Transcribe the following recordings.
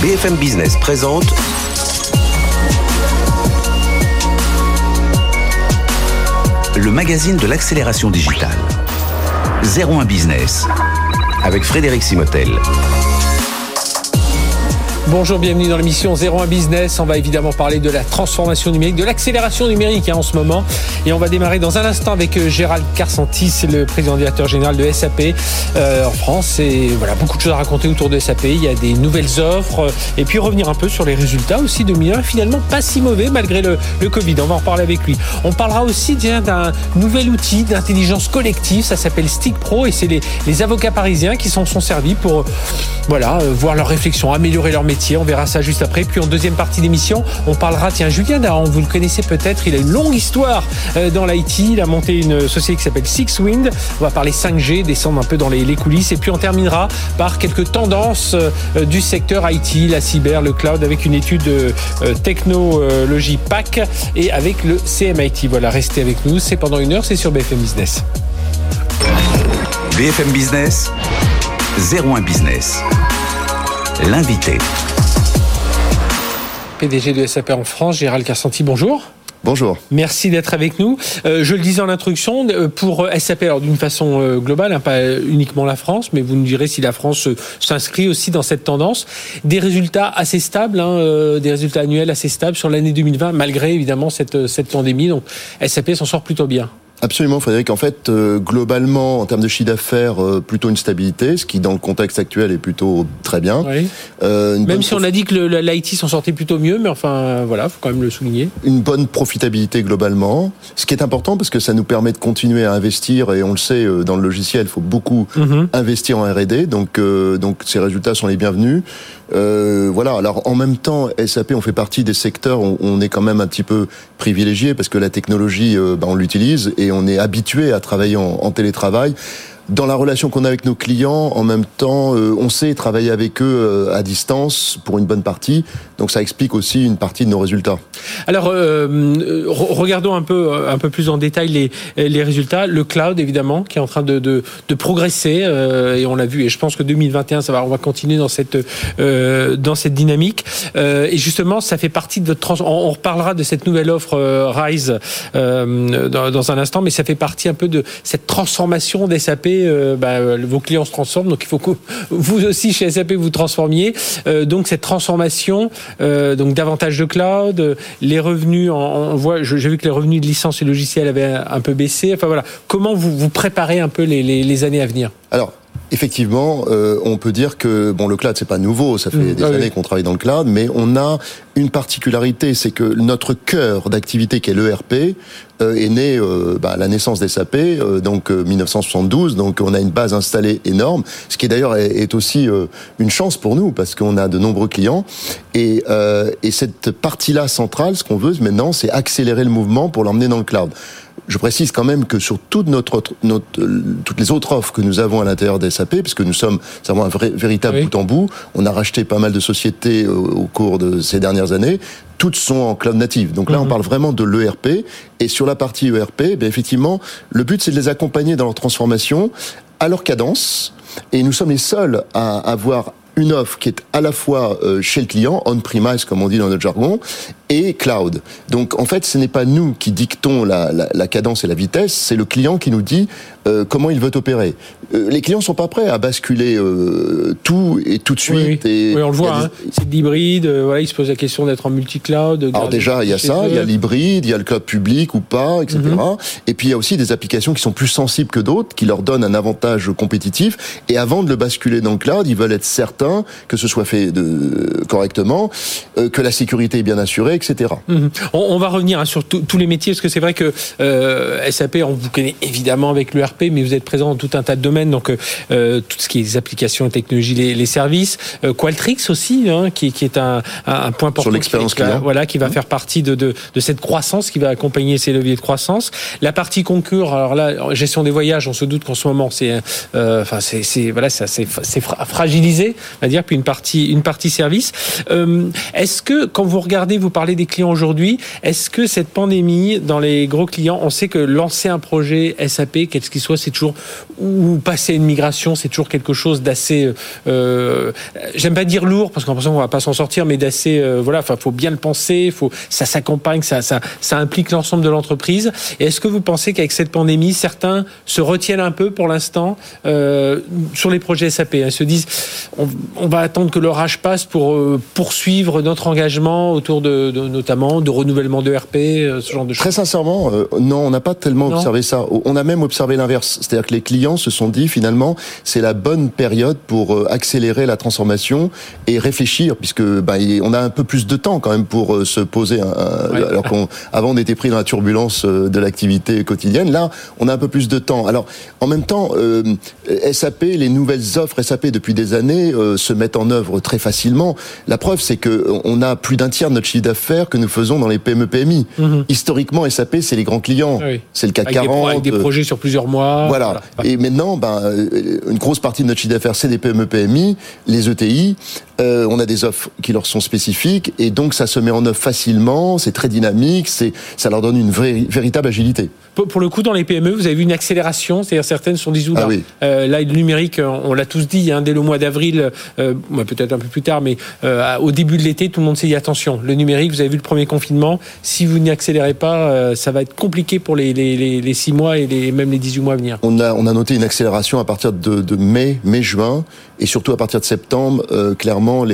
BFM Business présente le magazine de l'accélération digitale. 01 Business avec Frédéric Simotel. Bonjour, bienvenue dans l'émission 01 Business. On va évidemment parler de la transformation numérique, de l'accélération numérique en ce moment. Et on va démarrer dans un instant avec Gérald Karsantis, le président directeur général de SAP en France. Et voilà, beaucoup de choses à raconter autour de SAP. Il y a des nouvelles offres. Et puis revenir un peu sur les résultats aussi 2001. Finalement, pas si mauvais malgré le Covid. On va en reparler avec lui. On parlera aussi d'un nouvel outil d'intelligence collective. Ça s'appelle Stick Pro. Et c'est les avocats parisiens qui s'en sont servis pour voir leurs réflexions, améliorer leur métier. On verra ça juste après. Puis en deuxième partie d'émission, on parlera, Julien Dahan, vous le connaissez peut-être, il a une longue histoire dans l'IT. Il a monté une société qui s'appelle Sixwind. On va parler 5G, descendre un peu dans les coulisses. Et puis on terminera par quelques tendances du secteur IT, la cyber, le cloud, avec une étude technologie PAC et avec le CMIT. Voilà, restez avec nous. C'est pendant 1 heure, c'est sur BFM Business. BFM Business, 01 Business. L'invité. PDG de SAP en France, Gérald Karsantis, bonjour. Bonjour. Merci d'être avec nous. Je le disais en introduction, pour SAP, alors d'une façon globale, pas uniquement la France, mais vous nous direz si la France s'inscrit aussi dans cette tendance. Des résultats assez stables, des résultats annuels assez stables sur l'année 2020, malgré évidemment cette pandémie. Donc SAP s'en sort plutôt bien. Absolument, Frédéric. En fait, globalement, en termes de chiffre d'affaires, plutôt une stabilité, ce qui, dans le contexte actuel, est plutôt très bien. Oui. Même si on a dit que l'IT s'en sortait plutôt mieux, mais enfin, voilà, faut quand même le souligner. Une bonne profitabilité globalement, ce qui est important parce que ça nous permet de continuer à investir, et on le sait, dans le logiciel, il faut beaucoup investir en R&D, donc ces résultats sont les bienvenus. Alors en même temps, SAP, on fait partie des secteurs où on est quand même un petit peu privilégié parce que la technologie, on l'utilise et on est habitué à travailler en télétravail. Dans la relation qu'on a avec nos clients, en même temps, on sait travailler avec eux à distance pour une bonne partie. Donc ça explique aussi une partie de nos résultats. Alors, regardons un peu plus en détail les résultats. Le cloud, évidemment, qui est en train de progresser, et on l'a vu. Et je pense que 2021, on va continuer dans cette dynamique. Et justement, ça fait partie de votre on reparlera de cette nouvelle offre Rise dans un instant, mais ça fait partie un peu de cette transformation des SAP. Vos clients se transforment, donc il faut que vous aussi chez SAP vous transformiez. Donc cette transformation, donc davantage de cloud, les revenus, j'ai vu que les revenus de licence et logiciels avaient un peu baissé. Enfin voilà, comment vous préparez un peu les années à venir ? Alors, effectivement, on peut dire que le cloud c'est pas nouveau, ça fait des années qu'on travaille dans le cloud, mais on a une particularité, c'est que notre cœur d'activité qui est l'ERP est né à la naissance des SAP, donc 1972, donc on a une base installée énorme, ce qui d'ailleurs est aussi une chance pour nous parce qu'on a de nombreux clients et cette partie-là centrale, ce qu'on veut maintenant, c'est accélérer le mouvement pour l'emmener dans le cloud. Je précise quand même que sur toutes les autres offres que nous avons à l'intérieur des SAP, puisque nous sommes un véritable bout en bout, on a racheté pas mal de sociétés au cours de ces dernières années, toutes sont en cloud native. Donc là, on parle vraiment de l'ERP. Et sur la partie ERP, effectivement, le but, c'est de les accompagner dans leur transformation à leur cadence. Et nous sommes les seuls à avoir une offre qui est à la fois chez le client, on-premise comme on dit dans notre jargon, et cloud. Donc en fait, ce n'est pas nous qui dictons la cadence et la vitesse, c'est le client qui nous dit comment il veut opérer. Les clients sont pas prêts à basculer tout et tout de suite. Oui, on le voit, c'est de l'hybride, ils se posent la question d'être en multi-cloud. Alors déjà, il y a ça, il y a l'hybride, il y a le cloud public ou pas, etc. Et puis il y a aussi des applications qui sont plus sensibles que d'autres, qui leur donnent un avantage compétitif, et avant de le basculer dans le cloud, ils veulent être certains que ce soit fait correctement, que la sécurité est bien assurée, etc. On va revenir sur tous les métiers, parce que c'est vrai que SAP, on vous connaît évidemment avec l'ERP, mais vous êtes présent dans tout un tas de domaines, donc tout ce qui est les applications, les technologies, les services, Qualtrics aussi, qui est un point important sur l'expérience client, qui va faire partie de cette croissance, qui va accompagner ces leviers de croissance. La partie Concur, alors là, gestion des voyages, on se doute qu'en ce moment c'est fragilisé, on va dire, puis une partie service. Est-ce que quand vous regardez, vous parlez parler des clients aujourd'hui. Est-ce que cette pandémie, dans les gros clients, on sait que lancer un projet SAP, quel qu'il soit, c'est toujours, ou passer une migration, c'est toujours quelque chose d'assez, j'aime pas dire lourd, parce qu'en pensant qu'on va pas s'en sortir, mais d'assez, faut bien le penser, ça s'accompagne, ça implique l'ensemble de l'entreprise. Et est-ce que vous pensez qu'avec cette pandémie, certains se retiennent un peu pour l'instant sur les projets SAP, hein, se disent on va attendre que l'orage passe pour poursuivre notre engagement autour de notamment de renouvellement de RP, ce genre de choses? Très sincèrement, non, on n'a pas tellement observé ça. On a même observé l'inverse. C'est-à-dire que les clients se sont dit finalement c'est la bonne période pour accélérer la transformation et réfléchir, puisque on a un peu plus de temps quand même pour se poser. Alors qu'avant on était pris dans la turbulence de l'activité quotidienne. Là, on a un peu plus de temps. Alors en même temps, SAP, les nouvelles offres SAP depuis des années se mettent en œuvre très facilement. La preuve, c'est que on a plus d'un tiers de notre chiffre d'affaires que nous faisons dans les PME/PMI. Historiquement, SAP, c'est les grands clients. Oui. C'est le CAC 40. Avec des projets sur plusieurs mois. Voilà. Et maintenant, une grosse partie de notre chiffre d'affaires, c'est des PME/PMI, les ETI. On a des offres qui leur sont spécifiques et donc ça se met en œuvre facilement, c'est très dynamique, ça leur donne une véritable agilité. Pour le coup, dans les PME, vous avez vu une accélération, c'est-à-dire certaines se sont dit là, là, le numérique, on l'a tous dit, dès le mois d'avril, peut-être un peu plus tard, mais au début de l'été, tout le monde s'est dit attention, le numérique, vous avez vu le premier confinement, si vous n'y accélérez pas, ça va être compliqué pour les 6 mois et même les 18 mois à venir. On a noté une accélération à partir de mai-juin, et surtout à partir de septembre, clairement,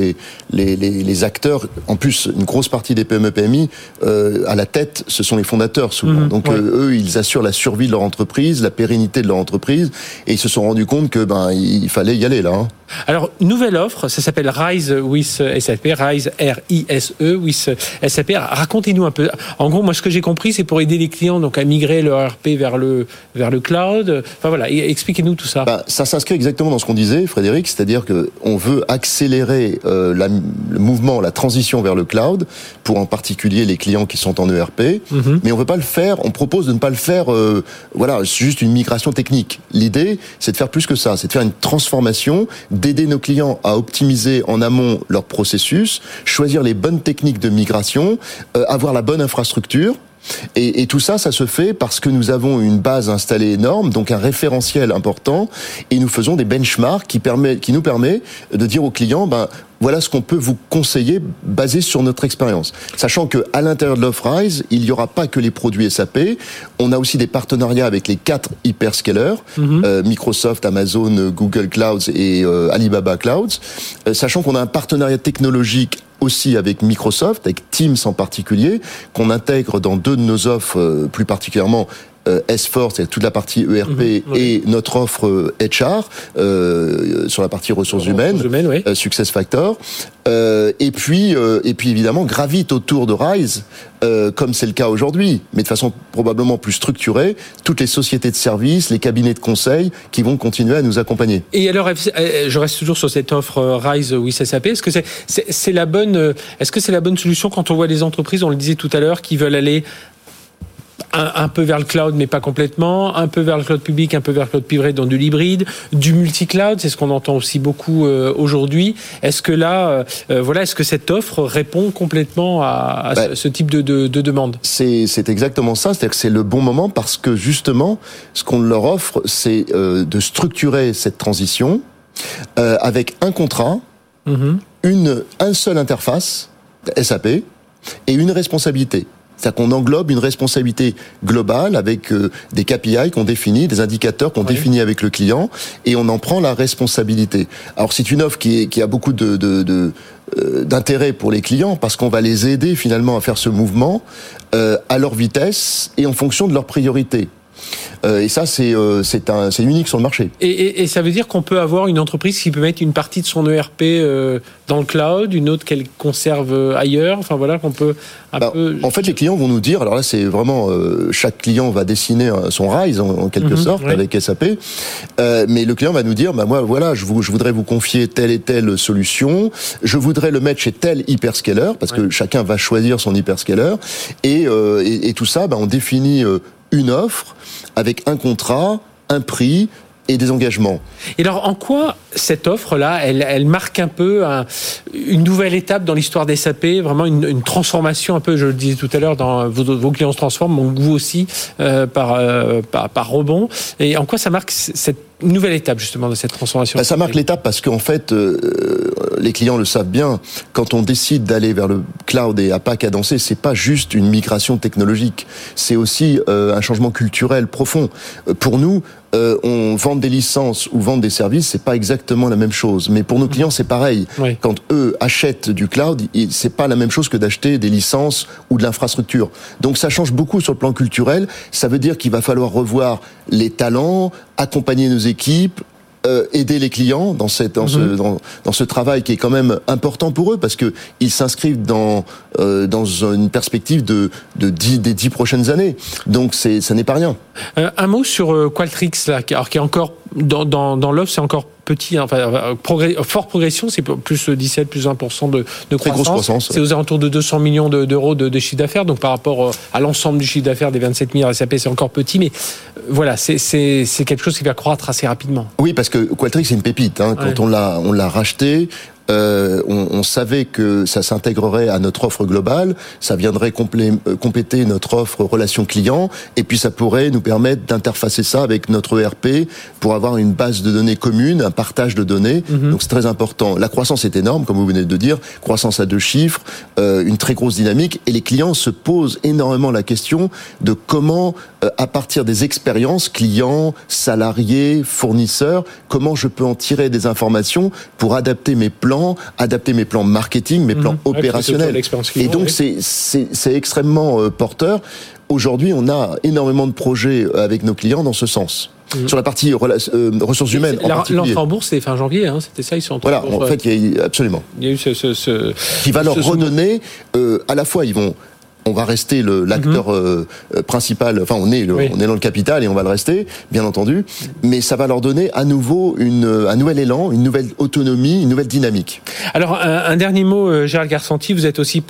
les acteurs, en plus, une grosse partie des PME/PMI, à la tête, ce sont les fondateurs souvent. Donc eux, ils assurent la survie de leur entreprise, la pérennité de leur entreprise, et ils se sont rendus compte que il fallait y aller là. Alors, nouvelle offre, ça s'appelle Rise with SAP, Rise R-I-S-E with SAP. Racontez-nous un peu. En gros, moi, ce que j'ai compris, c'est pour aider les clients donc à migrer leur ERP vers le cloud. Enfin voilà, expliquez-nous tout ça. Ça s'inscrit exactement dans ce qu'on disait, Frédéric, c'est-à-dire que on veut accélérer le mouvement, la transition vers le cloud, pour en particulier les clients qui sont en ERP, mais on veut pas le faire, on propose de ne pas le faire, c'est juste une migration technique. L'idée, c'est de faire plus que ça, c'est de faire une transformation, d'aider nos clients à optimiser en amont leur processus, choisir les bonnes techniques de migration, avoir la bonne infrastructure. Et tout ça, ça se fait parce que nous avons une base installée énorme, donc un référentiel important, et nous faisons des benchmarks qui nous permet de dire aux clients, voilà ce qu'on peut vous conseiller basé sur notre expérience. Sachant que à l'intérieur de l'offre Rise, il n'y aura pas que les produits SAP. On a aussi des partenariats avec les 4 hyperscalers, Microsoft, Amazon, Google Clouds et Alibaba Clouds. Sachant qu'on a un partenariat technologique aussi avec Microsoft, avec Teams en particulier, qu'on intègre dans 2 de nos offres, plus particulièrement S4, c'est toute la partie ERP et notre offre HR sur la partie ressources humaines, SuccessFactors. Et puis évidemment gravite autour de Rise, comme c'est le cas aujourd'hui, mais de façon probablement plus structurée, toutes les sociétés de services, les cabinets de conseil qui vont continuer à nous accompagner. Et alors, je reste toujours sur cette offre Rise with SAP. Est-ce que c'est la bonne solution quand on voit des entreprises, on le disait tout à l'heure, qui veulent aller un peu vers le cloud, mais pas complètement, un peu vers le cloud public, un peu vers le cloud privé, dans de l'hybride, du multi-cloud, c'est ce qu'on entend aussi beaucoup aujourd'hui. Est-ce que là, est-ce que cette offre répond complètement à ce type de demande ? C'est exactement ça, c'est-à-dire que c'est le bon moment parce que justement, ce qu'on leur offre, c'est de structurer cette transition avec un contrat, une seule interface, SAP, et une responsabilité. C'est-à-dire qu'on englobe une responsabilité globale avec des KPI qu'on définit, des indicateurs qu'on définit avec le client, et on en prend la responsabilité. Alors c'est une offre qui a beaucoup d'intérêt pour les clients parce qu'on va les aider finalement à faire ce mouvement à leur vitesse et en fonction de leurs priorités. Et ça, c'est unique sur le marché. Et ça veut dire qu'on peut avoir une entreprise qui peut mettre une partie de son ERP dans le cloud, une autre qu'elle conserve ailleurs. Enfin voilà, qu'on peut peu. En fait, les clients vont nous dire. Alors là, c'est vraiment chaque client va dessiner son Rise en quelque sorte avec SAP. Mais le client va nous dire, moi, voilà, je voudrais vous confier telle et telle solution. Je voudrais le mettre chez tel hyperscaler parce que chacun va choisir son hyperscaler. Et tout ça, on définit une offre avec un contrat, un prix, et des engagements. Et alors, en quoi cette offre-là, elle marque un peu une nouvelle étape dans l'histoire des SAP, vraiment une transformation un peu, je le disais tout à l'heure, dans vos clients se transforment, donc vous aussi, par rebond. Et en quoi ça marque cette nouvelle étape justement de cette transformation? Ça marque l'étape parce qu'en fait, les clients le savent bien, quand on décide d'aller vers le cloud et à pas cadencé, c'est pas juste une migration technologique, c'est aussi un changement culturel profond. Pour nous, on vend des licences ou vendre des services, c'est pas exactement la même chose. Mais pour nos clients, c'est pareil. Oui. Quand eux achètent du cloud, c'est pas la même chose que d'acheter des licences ou de l'infrastructure. Donc ça change beaucoup sur le plan culturel. Ça veut dire qu'il va falloir revoir les talents, accompagner nos équipes, aider les clients dans ce travail qui est quand même important pour eux parce que ils s'inscrivent dans une perspective des 10 prochaines années. Donc ça n'est pas rien. Un mot sur Qualtrics là, qui est encore dans l'offre, c'est encore petit, enfin, forte progression, c'est plus 17, plus 20% de croissance. Très grosse croissance. C'est aux alentours de 200 millions d'euros de chiffre d'affaires, donc par rapport à l'ensemble du chiffre d'affaires des 27 milliards SAP, c'est encore petit, mais voilà, c'est quelque chose qui va croître assez rapidement. Oui, parce que Qualtrics, c'est une pépite. Quand on l'a racheté, on savait que ça s'intégrerait à notre offre globale, ça viendrait compléter notre offre relation client, et puis ça pourrait nous permettre d'interfacer ça avec notre ERP pour avoir une base de données commune, un partage de données. Donc c'est très important. La croissance est énorme, comme vous venez de dire, croissance à 2 chiffres, une très grosse dynamique, et les clients se posent énormément la question de comment, à partir des expériences clients, salariés, fournisseurs, comment je peux en tirer des informations pour adapter mes plans marketing, mes plans opérationnels. Et donc, c'est extrêmement porteur. Aujourd'hui, on a énormément de projets avec nos clients dans ce sens. Sur la partie ressources humaines en particulier. L'entrée en bourse, c'était fin janvier, c'était ça, ils sont voilà, en fait, il y a absolument. Il y a eu qui va leur redonner, à la fois, on va rester l'acteur principal, enfin on est dans le capital et on va le rester, bien entendu, mais ça va leur donner à nouveau un nouvel élan, une nouvelle autonomie, une nouvelle dynamique. Alors un dernier mot, Gérald Garsanti, vous êtes aussi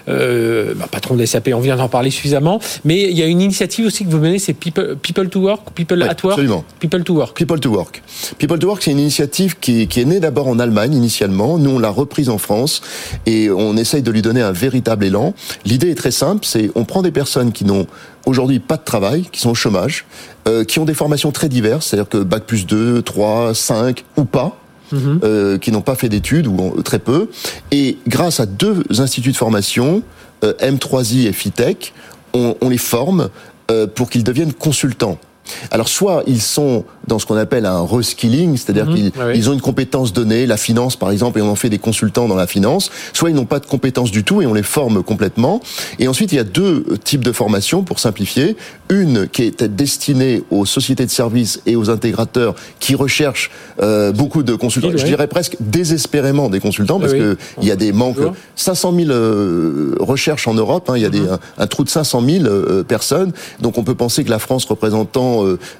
patron de SAP, on vient d'en parler suffisamment, mais il y a une initiative aussi que vous menez, c'est People to Work, People at Work. Absolument. People to Work. People to Work. People to Work, c'est une initiative qui est née d'abord en Allemagne initialement, nous on l'a reprise en France et on essaye de lui donner un véritable élan. L'idée est très simple, c'est on prend des personnes qui n'ont aujourd'hui pas de travail, qui sont au chômage, qui ont des formations très diverses, c'est-à-dire que Bac plus 2, 3, 5 ou pas, qui n'ont pas fait d'études ou très peu, et grâce à 2 instituts de formation, M3I et Fitech, on les forme pour qu'ils deviennent consultants. Alors soit ils sont dans ce qu'on appelle un reskilling, c'est-à-dire qu'ils ont une compétence donnée, la finance par exemple, et on en fait des consultants dans la finance, soit ils n'ont pas de compétences du tout et on les forme complètement. Et ensuite il y a 2 types de formations pour simplifier. Une qui est destinée aux sociétés de services et aux intégrateurs qui recherchent beaucoup de consultants, je dirais presque désespérément des consultants, parce que il y a des manques, 500 000 recherches en Europe, il y a un trou de 500 000 personnes, donc on peut penser que la France représentant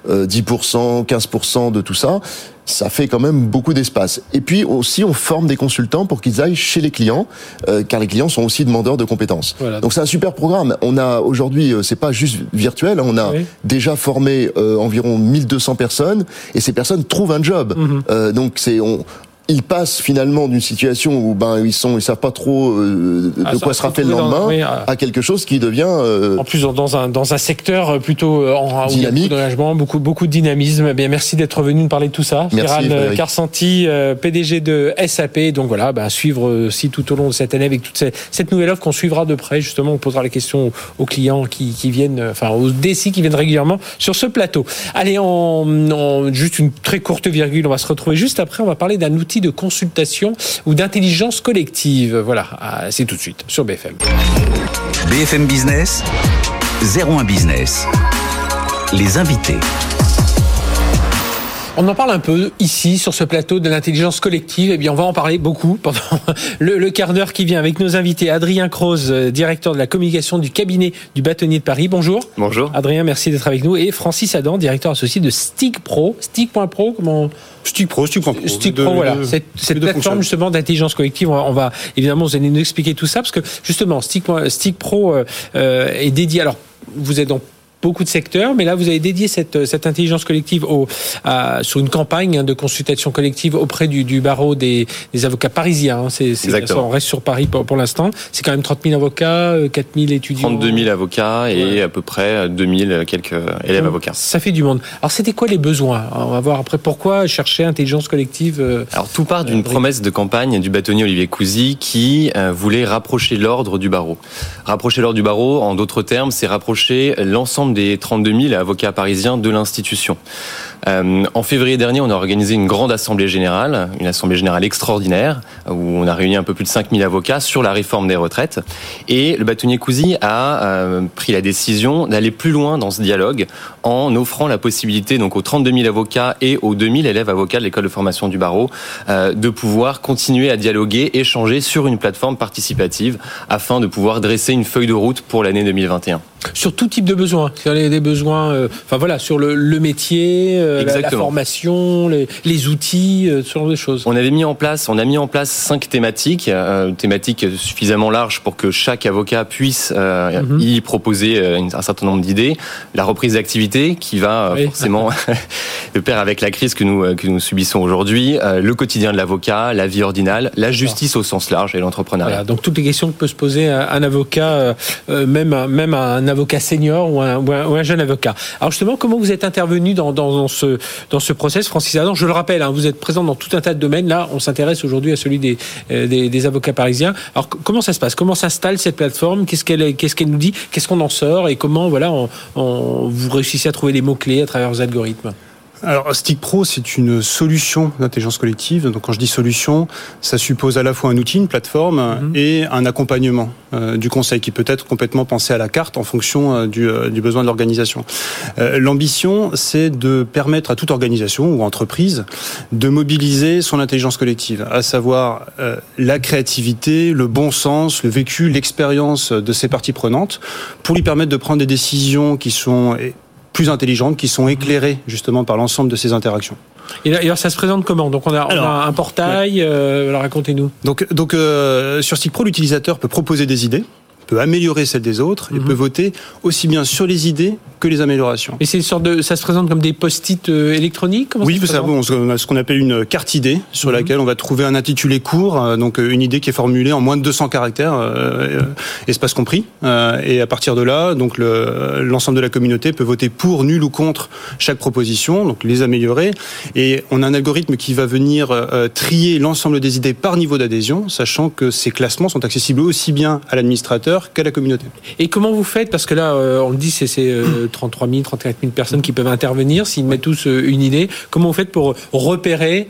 10%, 15% de tout ça, ça fait quand même beaucoup d'espace. Et puis aussi, on forme des consultants pour qu'ils aillent chez les clients, car les clients sont aussi demandeurs de compétences. Voilà. Donc c'est un super programme. On a aujourd'hui, c'est pas juste virtuel, on a déjà formé environ 1200 personnes, et ces personnes trouvent un job. Donc ils passent finalement d'une situation où ils savent pas trop de quoi sera fait le lendemain à quelque chose qui devient en plus dans un secteur plutôt dynamique, beaucoup de dynamisme. Bien, merci d'être venu nous parler de tout ça. Gérald Garsanti, PDG de SAP. Donc voilà, suivre aussi tout au long de cette année avec toute cette nouvelle offre qu'on suivra de près. Justement, on posera les questions aux clients qui viennent, aux DSI qui viennent régulièrement sur ce plateau. Allez, juste une très courte virgule. On va se retrouver juste après. On va parler d'un outil de consultation ou d'intelligence collective. Voilà, c'est tout de suite sur BFM. BFM Business, 01 Business. Les invités. On en parle un peu ici, sur ce plateau de l'intelligence collective. Eh bien, on va en parler beaucoup pendant le quart d'heure qui vient avec nos invités. Adrien Croze, directeur de la communication du cabinet du bâtonnier de Paris. Bonjour. Bonjour. Adrien, merci d'être avec nous. Et Francis Adam, directeur associé de STIC-Pro. STIC.pro, comment... STIC-Pro. STIC-Pro, voilà. Cette plateforme, justement, d'intelligence collective. On va, évidemment, vous allez nous expliquer tout ça, parce que, justement, STIC-Pro est dédié. Alors, vous êtes dans beaucoup de secteurs, mais là vous avez dédié cette intelligence collective sur une campagne de consultation collective auprès du barreau des avocats parisiens. On reste sur Paris pour l'instant. C'est quand même 30 000 avocats, 4 000 étudiants. 32 000 avocats et à peu près 2 000 quelques élèves avocats. Ça fait du monde. Alors c'était quoi les besoins ? On va voir après pourquoi chercher intelligence collective. Alors tout part d'une promesse de campagne du bâtonnier Olivier Cousy qui voulait rapprocher l'ordre du barreau. Rapprocher l'ordre du barreau, en d'autres termes, c'est rapprocher l'ensemble des 32 000 avocats parisiens de l'institution. En février dernier, on a organisé une grande assemblée générale, une assemblée générale extraordinaire, où on a réuni un peu plus de 5 000 avocats sur la réforme des retraites. Et le bâtonnier Cousy a pris la décision d'aller plus loin dans ce dialogue en offrant la possibilité donc aux 32 000 avocats et aux 2 000 élèves avocats de l'école de formation du barreau de pouvoir continuer à dialoguer, échanger sur une plateforme participative afin de pouvoir dresser une feuille de route pour l'année 2021. Sur tout type de besoins, des besoins, sur le métier, la formation, les outils, ce genre de choses. On a mis en place 5 thématiques suffisamment larges pour que chaque avocat puisse y proposer un certain nombre d'idées. La reprise d'activité qui va forcément de pair avec la crise que nous subissons aujourd'hui, le quotidien de l'avocat, la vie ordinale, la justice au sens large et l'entrepreneuriat. Voilà, donc toutes les questions que peut se poser un avocat, même un avocat senior ou un jeune avocat. Alors justement, comment vous êtes intervenu dans ce process, Francis Adam ? Je le rappelle, vous êtes présent dans tout un tas de domaines. Là, on s'intéresse aujourd'hui à celui des avocats parisiens. Alors comment ça se passe ? Comment s'installe cette plateforme ? Qu'est-ce qu'elle nous dit ? Qu'est-ce qu'on en sort ? Et comment vous réussissez à trouver les mots-clés à travers vos algorithmes ? Alors, StickPro, c'est une solution d'intelligence collective. Donc, quand je dis solution, ça suppose à la fois un outil, une plateforme et un accompagnement du conseil qui peut être complètement pensé à la carte en fonction du besoin de l'organisation. L'ambition, c'est de permettre à toute organisation ou entreprise de mobiliser son intelligence collective, à savoir la créativité, le bon sens, le vécu, l'expérience de ses parties prenantes pour lui permettre de prendre des décisions qui sont plus intelligentes, qui sont éclairées justement par l'ensemble de ces interactions. Et alors ça se présente comment ? Donc on a un portail, alors racontez-nous. Donc sur StickPro, l'utilisateur peut proposer des idées, peut améliorer celles des autres et peut voter aussi bien sur les idées que les améliorations. Et c'est une sorte ça se présente comme des post-it électroniques ? Oui, on a ce qu'on appelle une carte idée sur laquelle on va trouver un intitulé court, donc une idée qui est formulée en moins de 200 caractères, espace compris. Et à partir de là, donc l'ensemble de la communauté peut voter pour, nul ou contre chaque proposition, donc les améliorer. Et on a un algorithme qui va venir trier l'ensemble des idées par niveau d'adhésion, sachant que ces classements sont accessibles aussi bien à l'administrateur qu'à la communauté. Et comment vous faites ? Parce que là, on le dit, c'est 33 000, 34 000 personnes qui peuvent intervenir s'ils mettent tous une idée. Comment vous faites pour repérer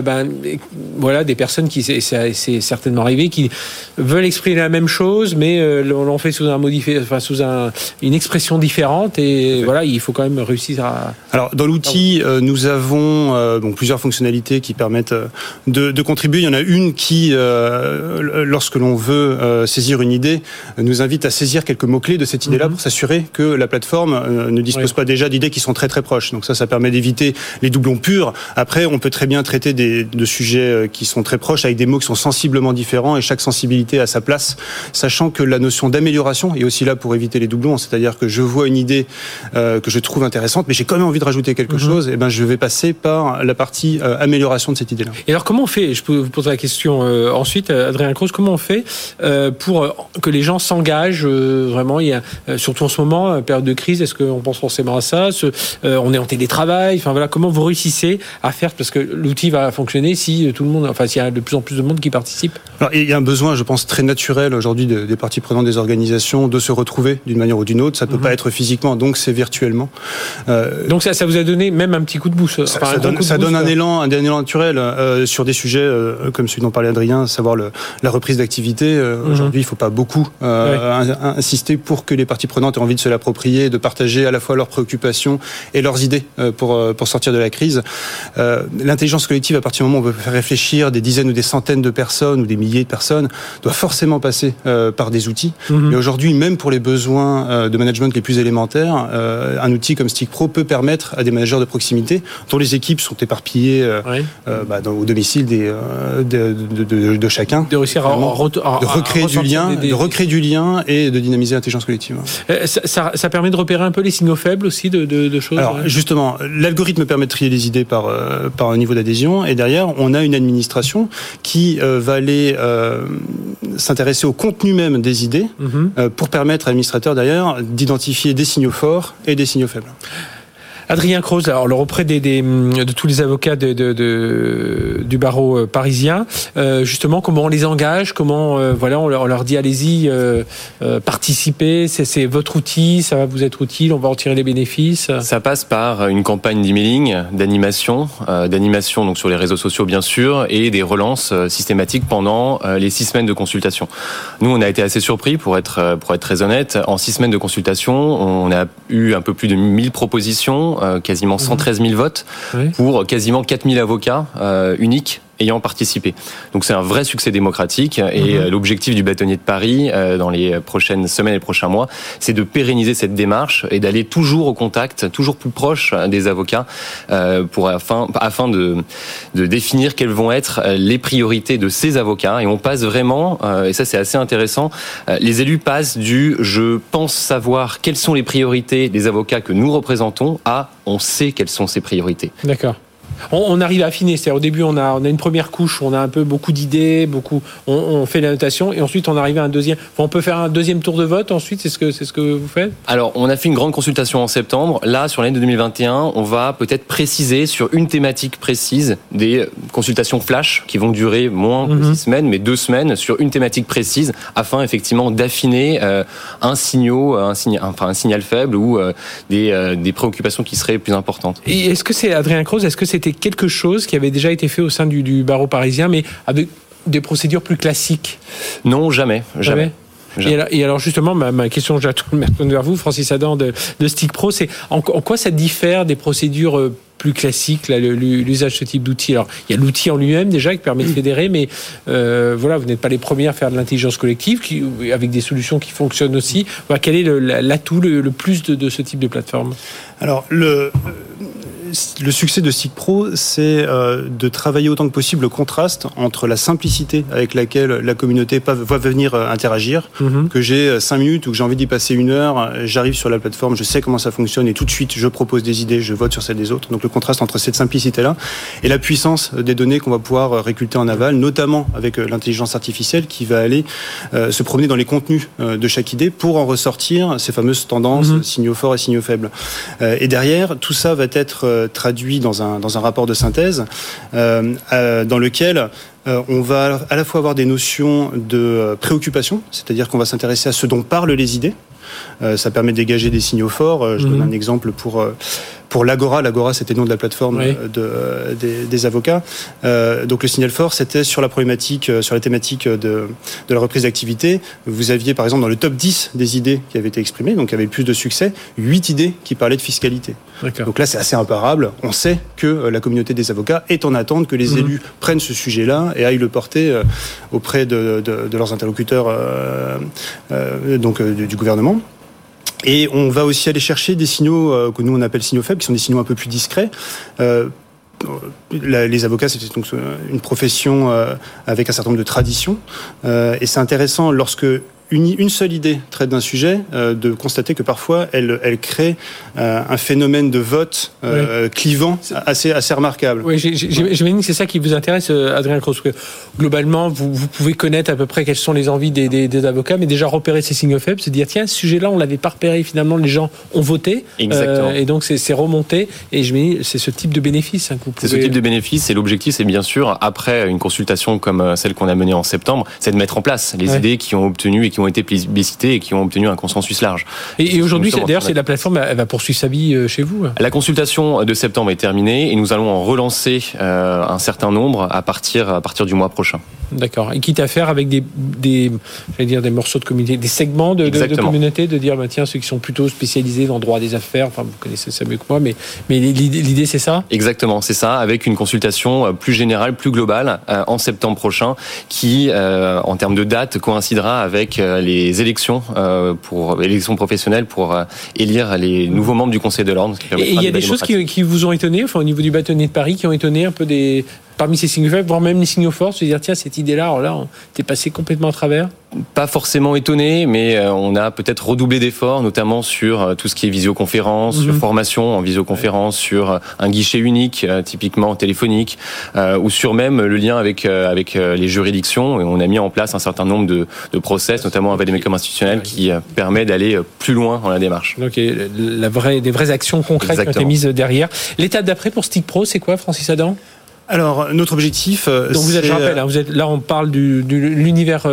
des personnes qui, c'est certainement arrivé, qui veulent exprimer la même chose, mais l'on fait sous une expression différente et il faut quand même réussir à... Alors, dans l'outil, nous avons plusieurs fonctionnalités qui permettent de contribuer. Il y en a une qui, lorsque l'on veut saisir une idée, nous invite à saisir quelques mots-clés de cette idée-là pour s'assurer que la plateforme ne dispose pas déjà d'idées qui sont très très proches. Donc ça permet d'éviter les doublons purs. Après, on peut très bien traiter de sujets qui sont très proches avec des mots qui sont sensiblement différents et chaque sensibilité a sa place, sachant que la notion d'amélioration est aussi là pour éviter les doublons. C'est-à-dire que je vois une idée que je trouve intéressante, mais j'ai quand même envie de rajouter quelque chose, et je vais passer par la partie amélioration de cette idée-là. Et alors comment on fait ? Je peux vous poser la question ensuite, Adrien Croce, comment on fait pour que les gens s'engagent vraiment ? Il y a, surtout en ce moment, période de crise, est-ce qu'on pense forcément à ça ? On est en télétravail, comment vous réussissez à faire, parce que l'outil va fonctionner si tout le monde, s'il y a de plus en plus de monde qui participe. Alors, il y a un besoin, je pense, très naturel aujourd'hui des parties prenantes des organisations de se retrouver d'une manière ou d'une autre. Ça ne peut pas être physiquement, donc c'est virtuellement. Donc ça vous a donné même un petit coup de boost. Ça donne un élan naturel sur des sujets comme celui dont parlait Adrien, à savoir la reprise d'activité. Aujourd'hui, il ne faut pas beaucoup insister pour que les parties prenantes aient envie de se l'approprier, de partager à la fois leurs préoccupations et leurs idées pour sortir de la crise. L'intelligence collective, à partir du moment où on veut faire réfléchir des dizaines ou des centaines de personnes ou des milliers de personnes, doit forcément passer par des outils. Mais aujourd'hui, même pour les besoins de management les plus élémentaires, un outil comme StickPro peut permettre à des managers de proximité, dont les équipes sont éparpillées au domicile de chacun, de réussir de recréer du lien et de dynamiser l'intelligence collective. Ça permet de repérer un peu les signaux faibles aussi de choses. Alors justement, l'algorithme permet de trier les idées par un niveau d'adhésion, et derrière on a une administration qui va aller s'intéresser au contenu même des idées pour permettre à l'administrateur derrière d'identifier des signaux forts et des signaux faibles. Adrien Croze, alors auprès de tous les avocats du barreau parisien, justement, comment on les engage, comment on leur dit allez-y, participez, c'est votre outil, ça va vous être utile, on va en tirer les bénéfices. Ça passe par une campagne d'emailing, d'animation donc sur les réseaux sociaux bien sûr, et des relances systématiques pendant les 6 semaines de consultation. Nous, on a été assez surpris, pour être très honnête. En 6 semaines de consultation, on a eu un peu plus de 1000 propositions, quasiment 113 000 votes pour quasiment 4000 avocats uniques ayant participé. Donc c'est un vrai succès démocratique et l'objectif du bâtonnier de Paris dans les prochaines semaines et les prochains mois, c'est de pérenniser cette démarche et d'aller toujours au contact, toujours plus proche des avocats afin de définir quelles vont être les priorités de ces avocats. Et on passe vraiment, et ça c'est assez intéressant, les élus passent du « je pense savoir quelles sont les priorités des avocats que nous représentons » à « on sait quelles sont ces priorités ». D'accord. On arrive à affiner, c'est-à-dire au début on a une première couche où on a un peu beaucoup d'idées, on fait la notation et ensuite on arrive à un deuxième. On peut faire un deuxième tour de vote ensuite, c'est ce que vous faites ? Alors on a fait une grande consultation en septembre. Là sur l'année de 2021, on va peut-être préciser sur une thématique précise des consultations flash qui vont durer moins que 6 semaines, mais 2 semaines sur une thématique précise afin effectivement d'affiner un signal faible ou des préoccupations qui seraient plus importantes. Et est-ce que c'est Adrien Croze, est-ce que c'était quelque chose qui avait déjà été fait au sein du barreau parisien, mais avec des procédures plus classiques ? Non, jamais. Et alors justement, ma question, je la tourne vers vous, Francis Adam de StickPro, c'est en quoi ça diffère des procédures plus classiques, là, l'usage de ce type d'outils. Alors, il y a l'outil en lui-même déjà qui permet de fédérer, mais vous n'êtes pas les premiers à faire de l'intelligence collective avec des solutions qui fonctionnent aussi. Quel est l'atout le plus de ce type de plateforme ? Alors, le succès de StickPro, c'est de travailler autant que possible le contraste entre la simplicité avec laquelle la communauté va venir interagir, que j'ai 5 minutes ou que j'ai envie d'y passer 1 heure, j'arrive sur la plateforme, je sais comment ça fonctionne et tout de suite je propose des idées, je vote sur celles des autres. Donc le contraste entre cette simplicité-là et la puissance des données qu'on va pouvoir récolter en aval, notamment avec l'intelligence artificielle qui va aller se promener dans les contenus de chaque idée pour en ressortir ces fameuses tendances, signaux forts et signaux faibles. Et derrière, tout ça va être traduit dans un rapport de synthèse dans lequel on va à la fois avoir des notions de préoccupation, c'est-à-dire qu'on va s'intéresser à ce dont parlent les idées. Ça permet de dégager des signaux forts. Je donne un exemple pour l'Agora. L'Agora, c'était le nom de la plateforme des avocats. Donc le signal fort, c'était sur la problématique, sur la thématique de la reprise d'activité. Vous aviez, par exemple, dans le top 10 des idées qui avaient été exprimées, donc qui avaient le plus de succès, 8 idées qui parlaient de fiscalité. D'accord. Donc là, c'est assez imparable. On sait que la communauté des avocats est en attente que les élus prennent ce sujet-là et aillent le porter auprès de leurs interlocuteurs du gouvernement. Et on va aussi aller chercher des signaux que nous on appelle signaux faibles, qui sont des signaux un peu plus discrets. Les avocats, c'est donc une profession avec un certain nombre de traditions. Et c'est intéressant lorsque une seule idée traite d'un sujet, de constater que parfois elle crée un phénomène de vote clivant assez remarquable. Oui, j'imagine que c'est ça qui vous intéresse, Adrien Croze. Globalement, vous pouvez connaître à peu près quelles sont les envies des avocats, mais déjà repérer ces signaux faibles, se dire tiens, ce sujet-là, on l'avait pas repéré, finalement, les gens ont voté. Exactement. Et donc c'est remonté. Et je me dis, c'est ce type de bénéfice que vous pouvez... C'est ce type de bénéfice. Et l'objectif, c'est bien sûr, après une consultation comme celle qu'on a menée en septembre, c'est de mettre en place les idées qui ont obtenu et qui ont été plébiscitées et qui ont obtenu un consensus large. Et aujourd'hui, d'ailleurs, c'est la plateforme, elle va poursuivre sa vie chez vous. La consultation de septembre est terminée et nous allons en relancer un certain nombre à partir du mois prochain. D'accord. Et quitte à faire avec des morceaux de communauté, des segments de communauté, de dire tiens, ceux qui sont plutôt spécialisés dans le droit des affaires, enfin vous connaissez ça mieux que moi, mais l'idée c'est ça ? Exactement, c'est ça, avec une consultation plus générale, plus globale en septembre prochain, qui en termes de date coïncidera avec les élections élections professionnelles pour élire les nouveaux membres du Conseil de l'ordre. Et il y a des choses qui vous ont étonné, enfin au niveau du bâtonnier de Paris, qui ont étonné un peu parmi ces signaux faibles, voire même les signaux forts, se dire tiens, cette idée-là, alors là, t'es passé complètement à travers? Pas forcément étonné, mais on a peut-être redoublé d'efforts, notamment sur tout ce qui est visioconférence, sur formation en visioconférence, sur un guichet unique, typiquement téléphonique, ou sur même le lien avec les juridictions. Et on a mis en place un certain nombre de process, notamment un vademecum institutionnel, qui permet d'aller plus loin dans la démarche. Donc des vraies actions concrètes Exactement. Qui ont été mises derrière. L'étape d'après pour Stick Pro, c'est quoi, Francis Adam? Alors, notre objectif, donc vous êtes, je rappelle, vous êtes là, on parle de l'univers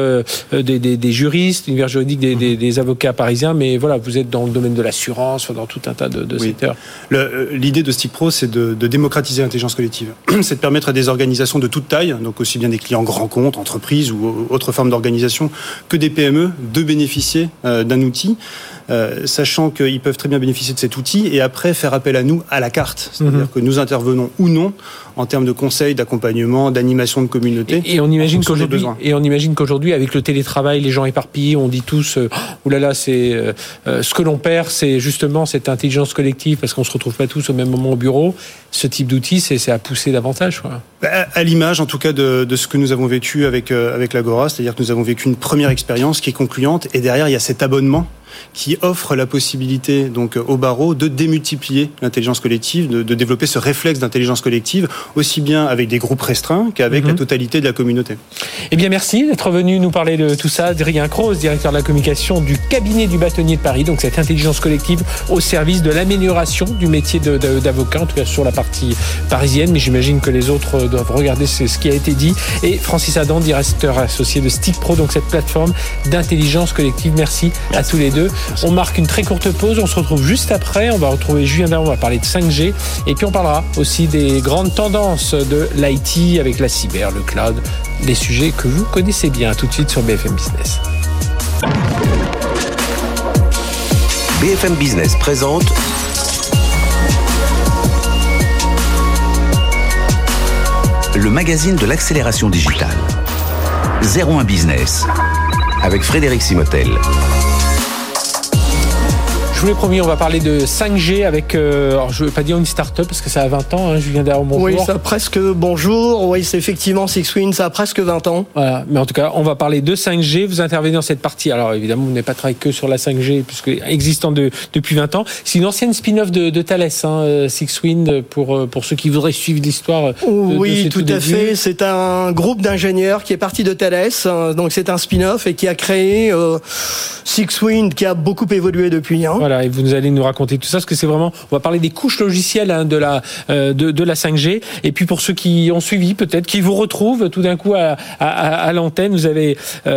des juristes, l'univers juridique des avocats parisiens, mais voilà, vous êtes dans le domaine de l'assurance, dans tout un tas de secteurs. L'idée de Stick Pro, c'est de démocratiser l'intelligence collective. C'est de permettre à des organisations de toute taille, donc aussi bien des clients grands comptes, entreprises ou autres formes d'organisation, que des PME, de bénéficier d'un outil, sachant qu'ils peuvent très bien bénéficier de cet outil et après faire appel à nous à la carte. C'est-à-dire que nous intervenons ou non en termes de conseils, d'accompagnement, d'animation de communauté. Et on imagine qu'aujourd'hui, avec le télétravail, les gens éparpillés, on dit tous, oulala, c'est ce que l'on perd, c'est justement cette intelligence collective, parce qu'on se retrouve pas tous au même moment au bureau. Ce type d'outil, c'est à pousser davantage, quoi. À l'image, en tout cas, de ce que nous avons vécu avec l'Agora, c'est-à-dire que nous avons vécu une première expérience qui est concluante, et derrière, il y a cet abonnement qui offre la possibilité donc au barreau de démultiplier l'intelligence collective, de développer ce réflexe d'intelligence collective, aussi bien avec des groupes restreints qu'avec la totalité de la communauté. Eh bien, merci d'être venu nous parler de tout ça. Adrien Croze, directeur de la communication du cabinet du bâtonnier de Paris, donc cette intelligence collective au service de l'amélioration du métier d'avocat, en tout cas sur la partie parisienne, mais j'imagine que les autres doivent regarder ce qui a été dit. Et Francis Adam, directeur associé de Stick Pro, donc cette plateforme d'intelligence collective. Merci à tous les deux. On marque une très courte pause, on se retrouve juste après, on va retrouver Julien Daron, on va parler de 5G et puis on parlera aussi des grandes tendances de l'IT avec la cyber, le cloud, des sujets que vous connaissez bien. Tout de suite sur BFM Business. BFM Business présente le magazine de l'accélération digitale. 01 Business avec Frédéric Simotel. Je vous l'ai promis, on va parler de 5G avec, alors je ne veux pas dire une start-up parce que ça a 20 ans, Julien Daron, bonjour. Oui, ça a presque, bonjour, oui, c'est effectivement SixWind, ça a presque 20 ans. Voilà, mais en tout cas, on va parler de 5G, vous intervenez dans cette partie, alors évidemment, vous n'avez pas travaillé que sur la 5G, puisque existant depuis 20 ans, c'est une ancienne spin-off de Thales, SixWind, pour ceux qui voudraient suivre l'histoire. Oui, tout à fait, c'est un groupe d'ingénieurs qui est parti de Thales, donc c'est un spin-off et qui a créé SixWind, qui a beaucoup évolué depuis. Voilà. Et vous allez nous raconter tout ça, parce que c'est vraiment, on va parler des couches logicielles de la 5G. Et puis pour ceux qui ont suivi, peut-être, qui vous retrouvent tout d'un coup à l'antenne, vous avez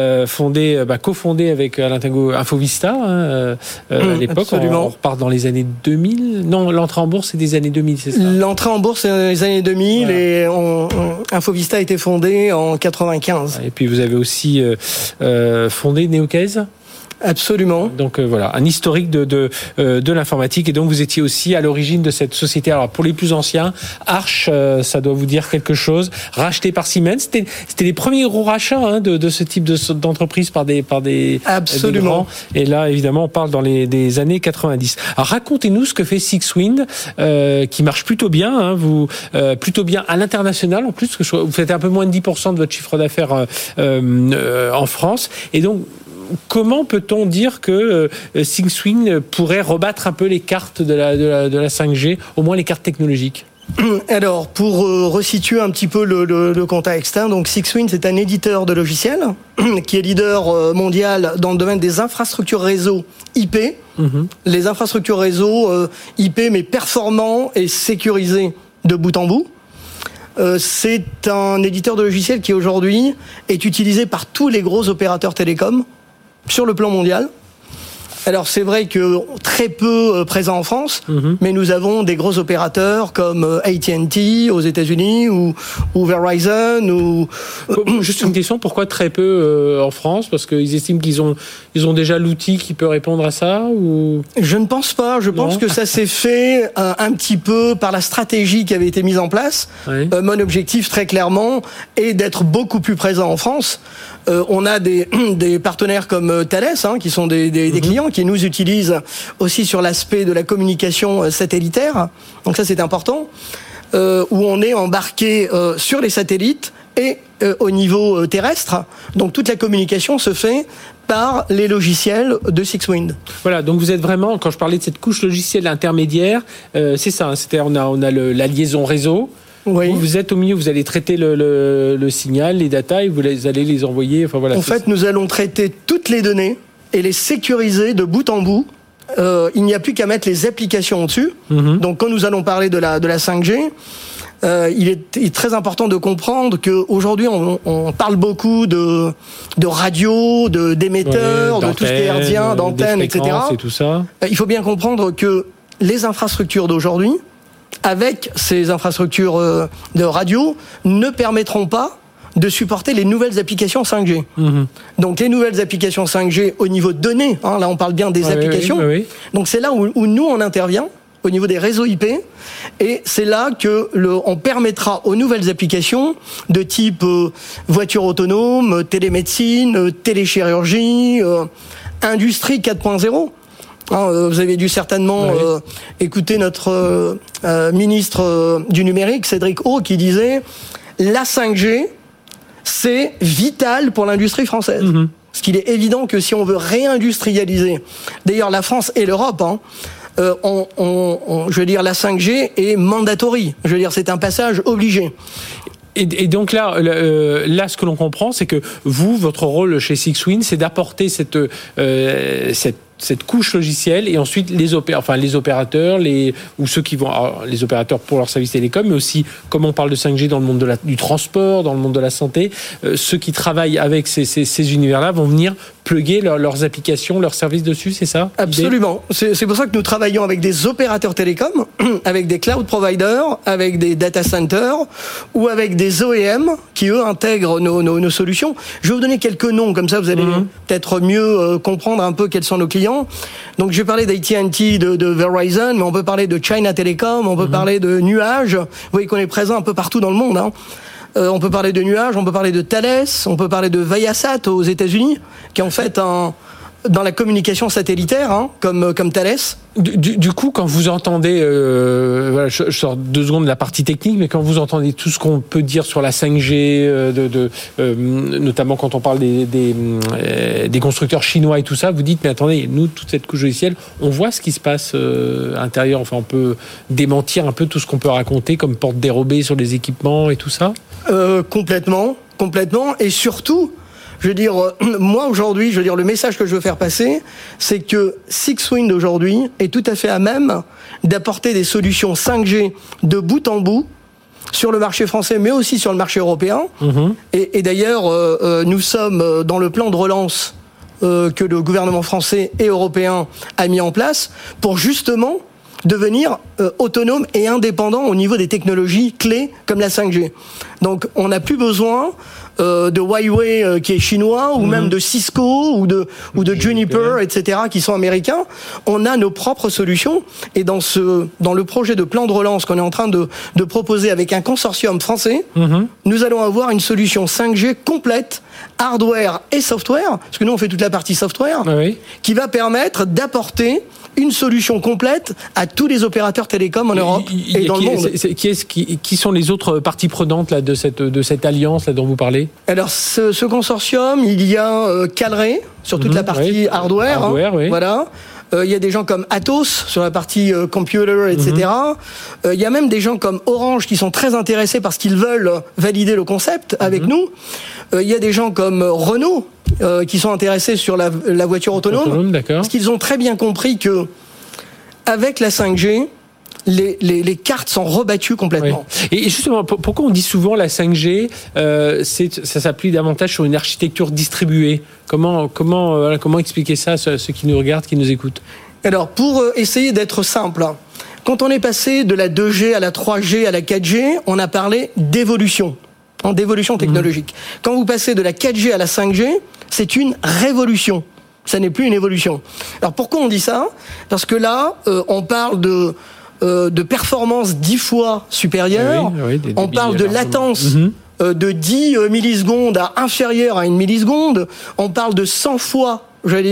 cofondé avec Alain Tingo Infovista à l'époque. Absolument. On repart dans les années 2000. Non, l'entrée en bourse c'est des années 2000, c'est ça? L'entrée en bourse c'est dans les années 2000 voilà. Et Infovista a été fondé en 95. Et puis vous avez aussi fondé Neocaise. Absolument. Donc voilà, un historique de l'informatique, et donc vous étiez aussi à l'origine de cette société. Alors pour les plus anciens, Arch, ça doit vous dire quelque chose, racheté par Siemens. C'était les premiers gros rachats de ce type d'entreprise par des Absolument. Des grands. Et là évidemment on parle dans des années 90. Alors racontez-nous ce que fait SixWind, qui marche plutôt bien, plutôt bien à l'international en plus, parce que vous faites un peu moins de 10% de votre chiffre d'affaires en France, et donc comment peut-on dire que SixWind pourrait rebattre un peu les cartes de la 5G, au moins les cartes technologiques? Alors, pour resituer un petit peu le contexte, donc SixWind, c'est un éditeur de logiciels qui est leader mondial dans le domaine des infrastructures réseau IP. Les infrastructures réseau IP, mais performants et sécurisés de bout en bout. C'est un éditeur de logiciels qui aujourd'hui est utilisé par tous les gros opérateurs télécoms sur le plan mondial. Alors c'est vrai que très peu présent en France, mais nous avons des gros opérateurs comme AT&T aux États-Unis ou Verizon Juste une question, pourquoi très peu en France? Parce qu'ils estiment qu'ils ont déjà l'outil qui peut répondre à ça, ou... Je ne pense pas. Je pense que ça s'est fait un petit peu par la stratégie qui avait été mise en place. Oui. Mon objectif très clairement est d'être beaucoup plus présent en France. On a des partenaires comme Thales, qui sont des clients qui nous utilisent aussi sur l'aspect de la communication satellitaire. Donc ça, c'est important. où on est embarqué sur les satellites et au niveau terrestre. Donc toute la communication se fait par les logiciels de SixWind. Voilà, donc vous êtes vraiment, quand je parlais de cette couche logicielle intermédiaire, c'est ça, c'est-à-dire on a la liaison réseau. Oui. Vous êtes au milieu, vous allez traiter le signal, les datas, et vous allez les envoyer. Enfin, voilà, en fait, nous allons traiter toutes les données et les sécuriser de bout en bout. Il n'y a plus qu'à mettre les applications au-dessus. Mm-hmm. Donc quand nous allons parler de la 5G, il est très important de comprendre qu'aujourd'hui on parle beaucoup de radio, d'émetteurs, de tout ce qui est hertzien, d'antennes, etc. Et tout ça. Il faut bien comprendre que les infrastructures d'aujourd'hui, avec ces infrastructures de radio, ne permettront pas de supporter les nouvelles applications 5G. Mmh. Donc les nouvelles applications 5G au niveau de données, là on parle bien des applications, oui. Donc c'est là où nous on intervient, au niveau des réseaux IP, et c'est là que on permettra aux nouvelles applications de type voiture autonome, télémédecine, téléchirurgie, industrie 4.0. Vous avez dû certainement écouter notre ministre du numérique, Cédric O, qui disait la 5G, c'est vital pour l'industrie française. Mmh. Parce qu'il est évident que si on veut réindustrialiser, d'ailleurs la France et l'Europe, je veux dire, la 5G est mandatory. Je veux dire, c'est un passage obligé. Et donc là, ce que l'on comprend, c'est que vous, votre rôle chez SixWind, c'est d'apporter cette couche logicielle, et ensuite les opérateurs, ou ceux qui vont, les opérateurs pour leur service télécom, mais aussi, comme on parle de 5G dans le monde du transport, dans le monde de la santé, ceux qui travaillent avec ces univers-là vont venir plugger leurs applications, leurs services dessus, c'est ça? Absolument. C'est pour ça que nous travaillons avec des opérateurs télécoms, avec des cloud providers, avec des data centers, ou avec des OEM qui, eux, intègrent nos solutions. Je vais vous donner quelques noms, comme ça vous allez peut-être mieux comprendre un peu quels sont nos clients. Donc je vais parler d'AT&T, de Verizon, mais on peut parler de China Telecom, on peut parler de Nuage. Vous voyez qu'on est présent un peu partout dans le monde. On peut parler de Nuage, on peut parler de Thales, on peut parler de Viasat aux États-Unis, qui est en fait dans la communication satellitaire, comme Thales. Du coup, quand vous entendez, je sors 2 secondes de la partie technique, mais quand vous entendez tout ce qu'on peut dire sur la 5G, notamment quand on parle des constructeurs chinois et tout ça, vous dites, mais attendez, nous, toute cette couche logicielle, on voit ce qui se passe à l'intérieur. Enfin, on peut démentir un peu tout ce qu'on peut raconter comme porte dérobée sur les équipements et tout ça. Complètement. Et surtout, je veux dire, moi aujourd'hui, le message que je veux faire passer, c'est que SixWind aujourd'hui est tout à fait à même d'apporter des solutions 5G de bout en bout sur le marché français, mais aussi sur le marché européen. Mmh. Et d'ailleurs, nous sommes dans le plan de relance que le gouvernement français et européen a mis en place pour justement devenir autonome et indépendant au niveau des technologies clés comme la 5G. Donc on n'a plus besoin de Huawei qui est chinois, ou même de Cisco ou de Juniper, etc., qui sont américains. On a nos propres solutions, et dans le projet de plan de relance qu'on est en train de proposer avec un consortium français, nous allons avoir une solution 5G complète, hardware et software, parce que nous on fait toute la partie software, qui va permettre d'apporter une solution complète à tous les opérateurs télécoms en Europe et dans le monde. Qui sont les autres parties prenantes là, de cette alliance là, dont vous parlez? Alors, ce consortium, il y a Calray sur toute la partie hardware. Oui. Voilà. Il y a des gens comme Atos sur la partie computer, etc. Il y a même des gens comme Orange qui sont très intéressés parce qu'ils veulent valider le concept avec nous. Il y a des gens comme Renault qui sont intéressés sur la voiture autonome, parce qu'ils ont très bien compris que avec la 5G, les cartes sont rebattues complètement. Oui. Et justement, pourquoi on dit souvent la 5G, ça s'appuie davantage sur une architecture distribuée? Comment expliquer ça à ceux qui nous regardent, qui nous écoutent? Alors, pour essayer d'être simple, quand on est passé de la 2G à la 3G à la 4G, on a parlé d'évolution technologique. Quand vous passez de la 4G à la 5G, c'est une révolution. Ça n'est plus une évolution. Alors pourquoi on dit ça? Parce que là, on parle de performance 10 fois supérieure. On parle de latence de 10 millisecondes à inférieure à 1 milliseconde. On parle de 100 fois,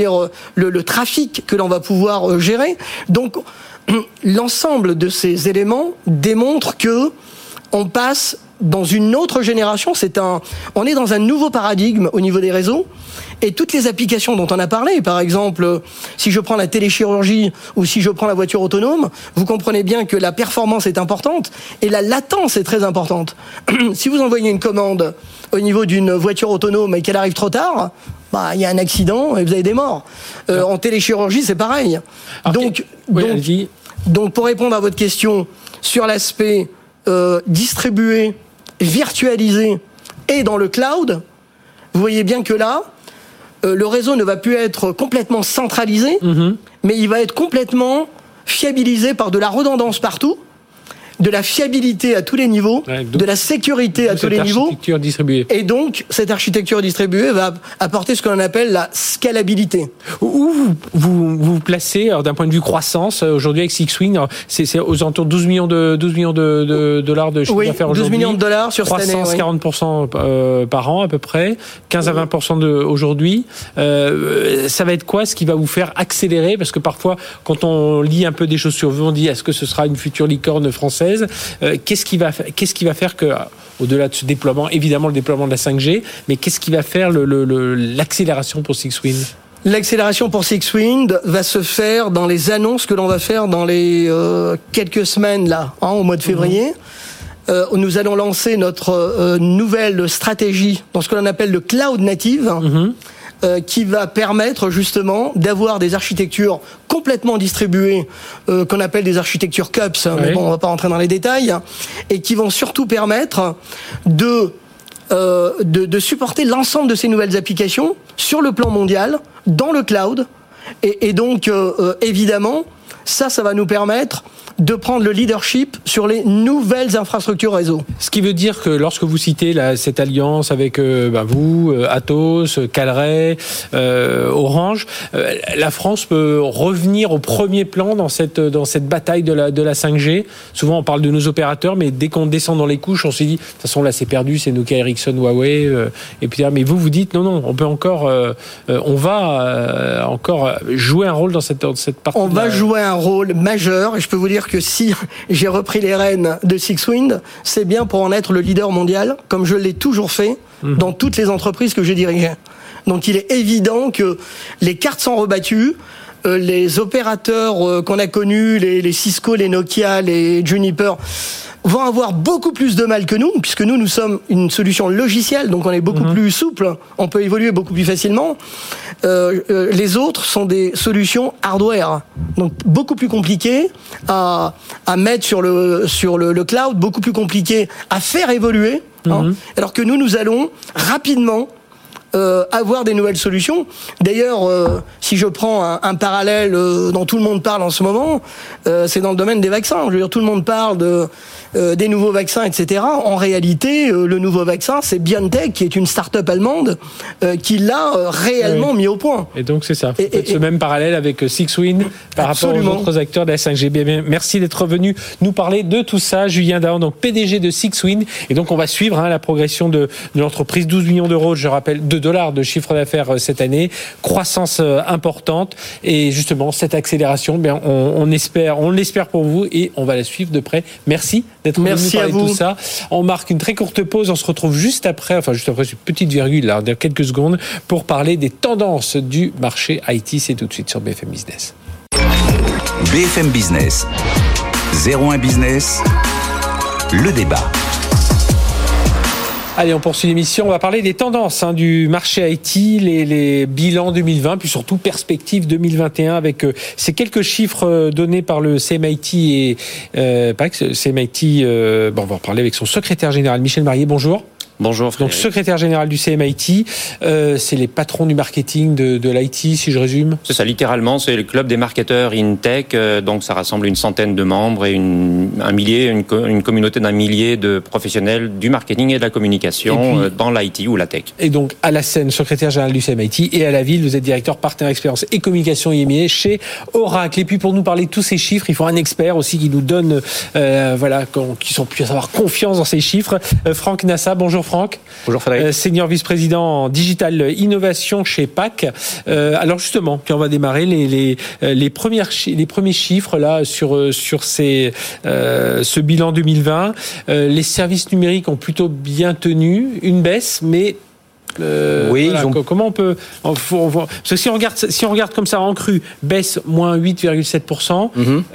le trafic que l'on va pouvoir gérer. Donc, l'ensemble de ces éléments démontre que on passe dans une autre génération. On est dans un nouveau paradigme au niveau des réseaux. Et toutes les applications dont on a parlé, par exemple, si je prends la téléchirurgie ou si je prends la voiture autonome, vous comprenez bien que la performance est importante et la latence est très importante. Si vous envoyez une commande au niveau d'une voiture autonome et qu'elle arrive trop tard, il y a un accident et vous avez des morts. En téléchirurgie, c'est pareil. Donc, pour répondre à votre question sur l'aspect distribué, virtualisé et dans le cloud, vous voyez bien que là, le réseau ne va plus être complètement centralisé, mais il va être complètement fiabilisé par de la redondance partout, de la fiabilité à tous les niveaux, de la sécurité à tous les niveaux. Distribuée. Et donc, cette architecture distribuée va apporter ce que l'on appelle la scalabilité. Où vous placez, alors, d'un point de vue croissance, aujourd'hui avec SixWind, c'est aux alentours de 12 millions de dollars de chiffre d'affaires aujourd'hui. 12 millions de dollars sur cette année. Croissance 40% par an à peu près, 15 à 20% aujourd'hui. Ça va être quoi ce qui va vous faire accélérer? Parce que parfois, quand on lit un peu des choses sur vous, on dit est-ce que ce sera une future licorne française? Qu'est-ce qui va faire que, au-delà de ce déploiement, évidemment le déploiement de la 5G, mais qu'est-ce qui va faire l'accélération pour SixWind? L'accélération pour SixWind va se faire dans les annonces que l'on va faire dans les quelques semaines là, au mois de février. Nous allons lancer notre nouvelle stratégie dans ce que l'on appelle le cloud native. Qui va permettre justement d'avoir des architectures complètement distribuées, qu'on appelle des architectures CUPS, mais bon, on va pas rentrer dans les détails, et qui vont surtout permettre de supporter l'ensemble de ces nouvelles applications sur le plan mondial, dans le cloud, et donc évidemment, ça va nous permettre de prendre le leadership sur les nouvelles infrastructures réseau. Ce qui veut dire que lorsque vous citez cette alliance avec vous, Atos, Calray, Orange, la France peut revenir au premier plan dans cette bataille de la 5G. Souvent on parle de nos opérateurs, mais dès qu'on descend dans les couches, on se dit de toute façon là c'est perdu, c'est Nokia, Ericsson, Huawei, et puis mais vous dites non, on peut encore, on va encore jouer un rôle dans cette partie. On va jouer un rôle majeur, et je peux vous dire que si j'ai repris les rênes de SixWind, c'est bien pour en être le leader mondial, comme je l'ai toujours fait dans toutes les entreprises que j'ai dirigées. Donc il est évident que les cartes sont rebattues. Les opérateurs qu'on a connus, les Cisco, les Nokia, les Juniper, vont avoir beaucoup plus de mal que nous, puisque nous sommes une solution logicielle, donc on est beaucoup plus souple, on peut évoluer beaucoup plus facilement. Les autres sont des solutions hardware, donc beaucoup plus compliquées à mettre sur le cloud, beaucoup plus compliquées à faire évoluer, alors que nous allons rapidement avoir des nouvelles solutions. D'ailleurs, si je prends un parallèle dont tout le monde parle en ce moment, c'est dans le domaine des vaccins. Je veux dire, tout le monde parle des nouveaux vaccins, etc. En réalité, le nouveau vaccin, c'est BioNTech, qui est une start-up allemande, qui l'a réellement mis au point. Et donc, c'est ça. Faites ce même parallèle avec SixWind par rapport aux autres acteurs de la 5G. Bien, merci d'être revenu nous parler de tout ça. Julien Dahan, donc PDG de SixWind. Et donc, on va suivre la progression de l'entreprise. 12 millions d'euros, je rappelle, de dollars de chiffre d'affaires cette année. Croissance importante. Et justement, cette accélération, on l'espère pour vous et on va la suivre de près. Merci d'être venu nous parler de tout ça. On marque une très courte pause. On se retrouve juste après cette petite virgule, là, dans quelques secondes, pour parler des tendances du marché IT. C'est tout de suite sur BFM Business. BFM Business, 01 Business, le débat. Allez, on poursuit l'émission. On va parler des tendances du marché IT, les bilans 2020, puis surtout perspectives 2021 avec ces quelques chiffres donnés par le CMIT et on va en parler avec son secrétaire général Michel Marié. Bonjour. Bonjour Frédéric. Donc secrétaire général du CMIT, c'est les patrons du marketing de l'IT, si je résume. C'est ça, littéralement, c'est le club des marketeurs in tech. Donc ça rassemble une centaine de membres et une communauté d'un millier de professionnels du marketing et de la communication dans l'IT ou la tech. Et donc à la scène, secrétaire général du CMIT, et à la ville, vous êtes directeur partenaire expérience et communication IMIA chez Oracle. Et puis pour nous parler de tous ces chiffres, il faut un expert aussi qui nous donne, qui puisse avoir confiance dans ces chiffres. Franck Nassa, bonjour Bonjour Franck. Bonjour Frédéric. Senior vice-président en digital innovation chez PAC. Alors justement, puis on va démarrer les premiers chiffres là sur ce bilan 2020. Les services numériques ont plutôt bien tenu, une baisse, mais oui, voilà, comment on peut parce que si on regarde comme ça en cru, baisse moins 8,7%.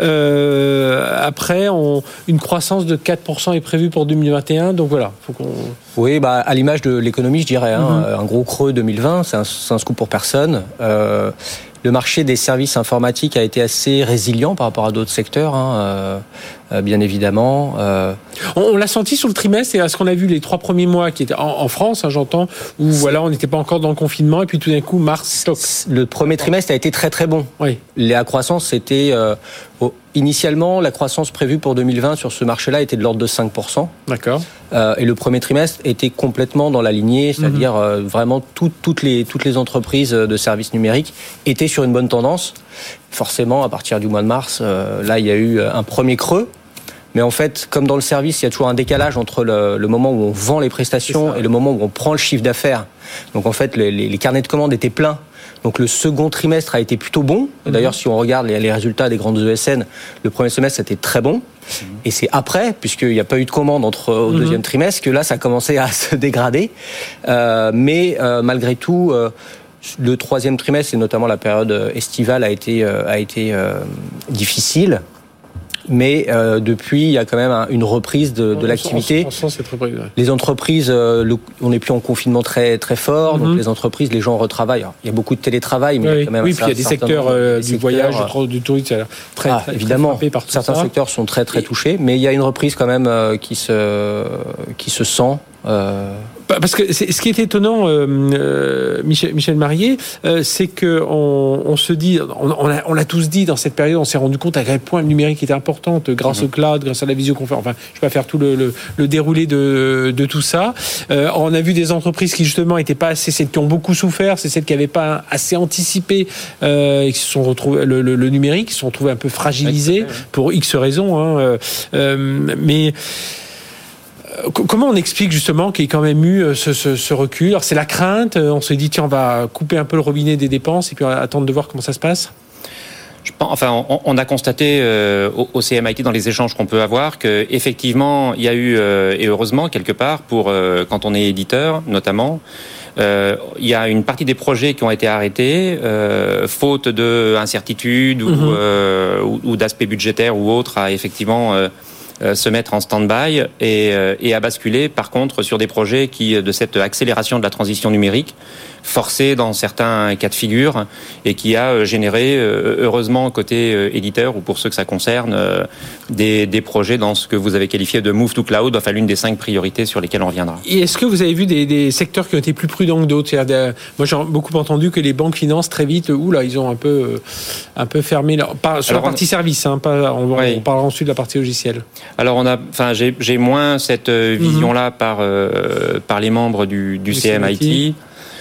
Après, une croissance de 4% est prévue pour 2021. Donc voilà, faut qu'on. Oui, à l'image de l'économie, je dirais, un gros creux 2020, c'est un scoop pour personne. Le marché des services informatiques a été assez résilient par rapport à d'autres secteurs, bien évidemment. On l'a senti sur le trimestre, et à ce qu'on a vu les 3 premiers mois qui étaient en France, j'entends, où voilà, on n'était pas encore dans le confinement, et puis tout d'un coup, mars, stock. Le premier trimestre a été très très bon. Oui. La croissance, c'était initialement, la croissance prévue pour 2020 sur ce marché-là était de l'ordre de 5%. D'accord. Et le premier trimestre était complètement dans la lignée, c'est-à-dire vraiment toutes les entreprises de services numériques étaient sur une bonne tendance. Forcément, à partir du mois de mars, là, il y a eu un premier creux. Mais en fait, comme dans le service, il y a toujours un décalage entre le moment où on vend les prestations et le moment où on prend le chiffre d'affaires. Donc en fait, les carnets de commandes étaient pleins. Donc le second trimestre a été plutôt bon. D'ailleurs, si on regarde les résultats des grandes ESN, le premier semestre, c'était très bon. Et c'est après, puisqu'il n'y a pas eu de commande au deuxième trimestre, que là, ça a commencé à se dégrader. Mais malgré tout, le troisième trimestre, et notamment la période estivale, a été difficile. Mais depuis, il y a quand même une reprise de l'activité. Les entreprises, on n'est plus en confinement très très fort, donc les entreprises, les gens retravaillent. Alors, il y a beaucoup de télétravail, mais il y a quand même puis il y a des secteurs du voyage, du tourisme, très évidemment. Très par certains secteurs sont très très touchés, mais il y a une reprise quand même qui se sent. Parce que ce qui est étonnant, Michel Marié, c'est que on se dit, on l'a tous dit dans cette période, on s'est rendu compte à quel point le numérique était important grâce au cloud, grâce à la visioconférence. Enfin, je vais pas faire tout le déroulé de tout ça. On a vu des entreprises qui justement étaient pas assez, celles qui ont beaucoup souffert, c'est celles qui n'avaient pas assez anticipé et qui se sont retrouvées le numérique, qui se sont retrouvées un peu fragilisées pour X raisons. Mais comment on explique justement qu'il y ait quand même eu ce recul? Alors c'est la crainte, on s'est dit tiens, on va couper un peu le robinet des dépenses et puis attendre de voir comment ça se passe. On a constaté au CMIT dans les échanges qu'on peut avoir que effectivement il y a eu et heureusement quelque part pour quand on est éditeur notamment. Il y a une partie des projets qui ont été arrêtés faute de incertitude ou d'aspect budgétaire ou autre à effectivement se mettre en stand-by et à basculer par contre sur des projets de cette accélération de la transition numérique forcée dans certains cas de figure et qui a généré heureusement côté éditeur ou pour ceux que ça concerne des projets dans ce que vous avez qualifié de move to cloud, enfin l'une des 5 priorités sur lesquelles on reviendra. Et est-ce que vous avez vu des secteurs qui ont été plus prudents que d'autres? Moi j'ai beaucoup entendu que les banques finances très vite, ils ont un peu fermé sur la partie service, on parlera ensuite de la partie logicielle. Alors j'ai moins cette vision-là par les membres du CMIT.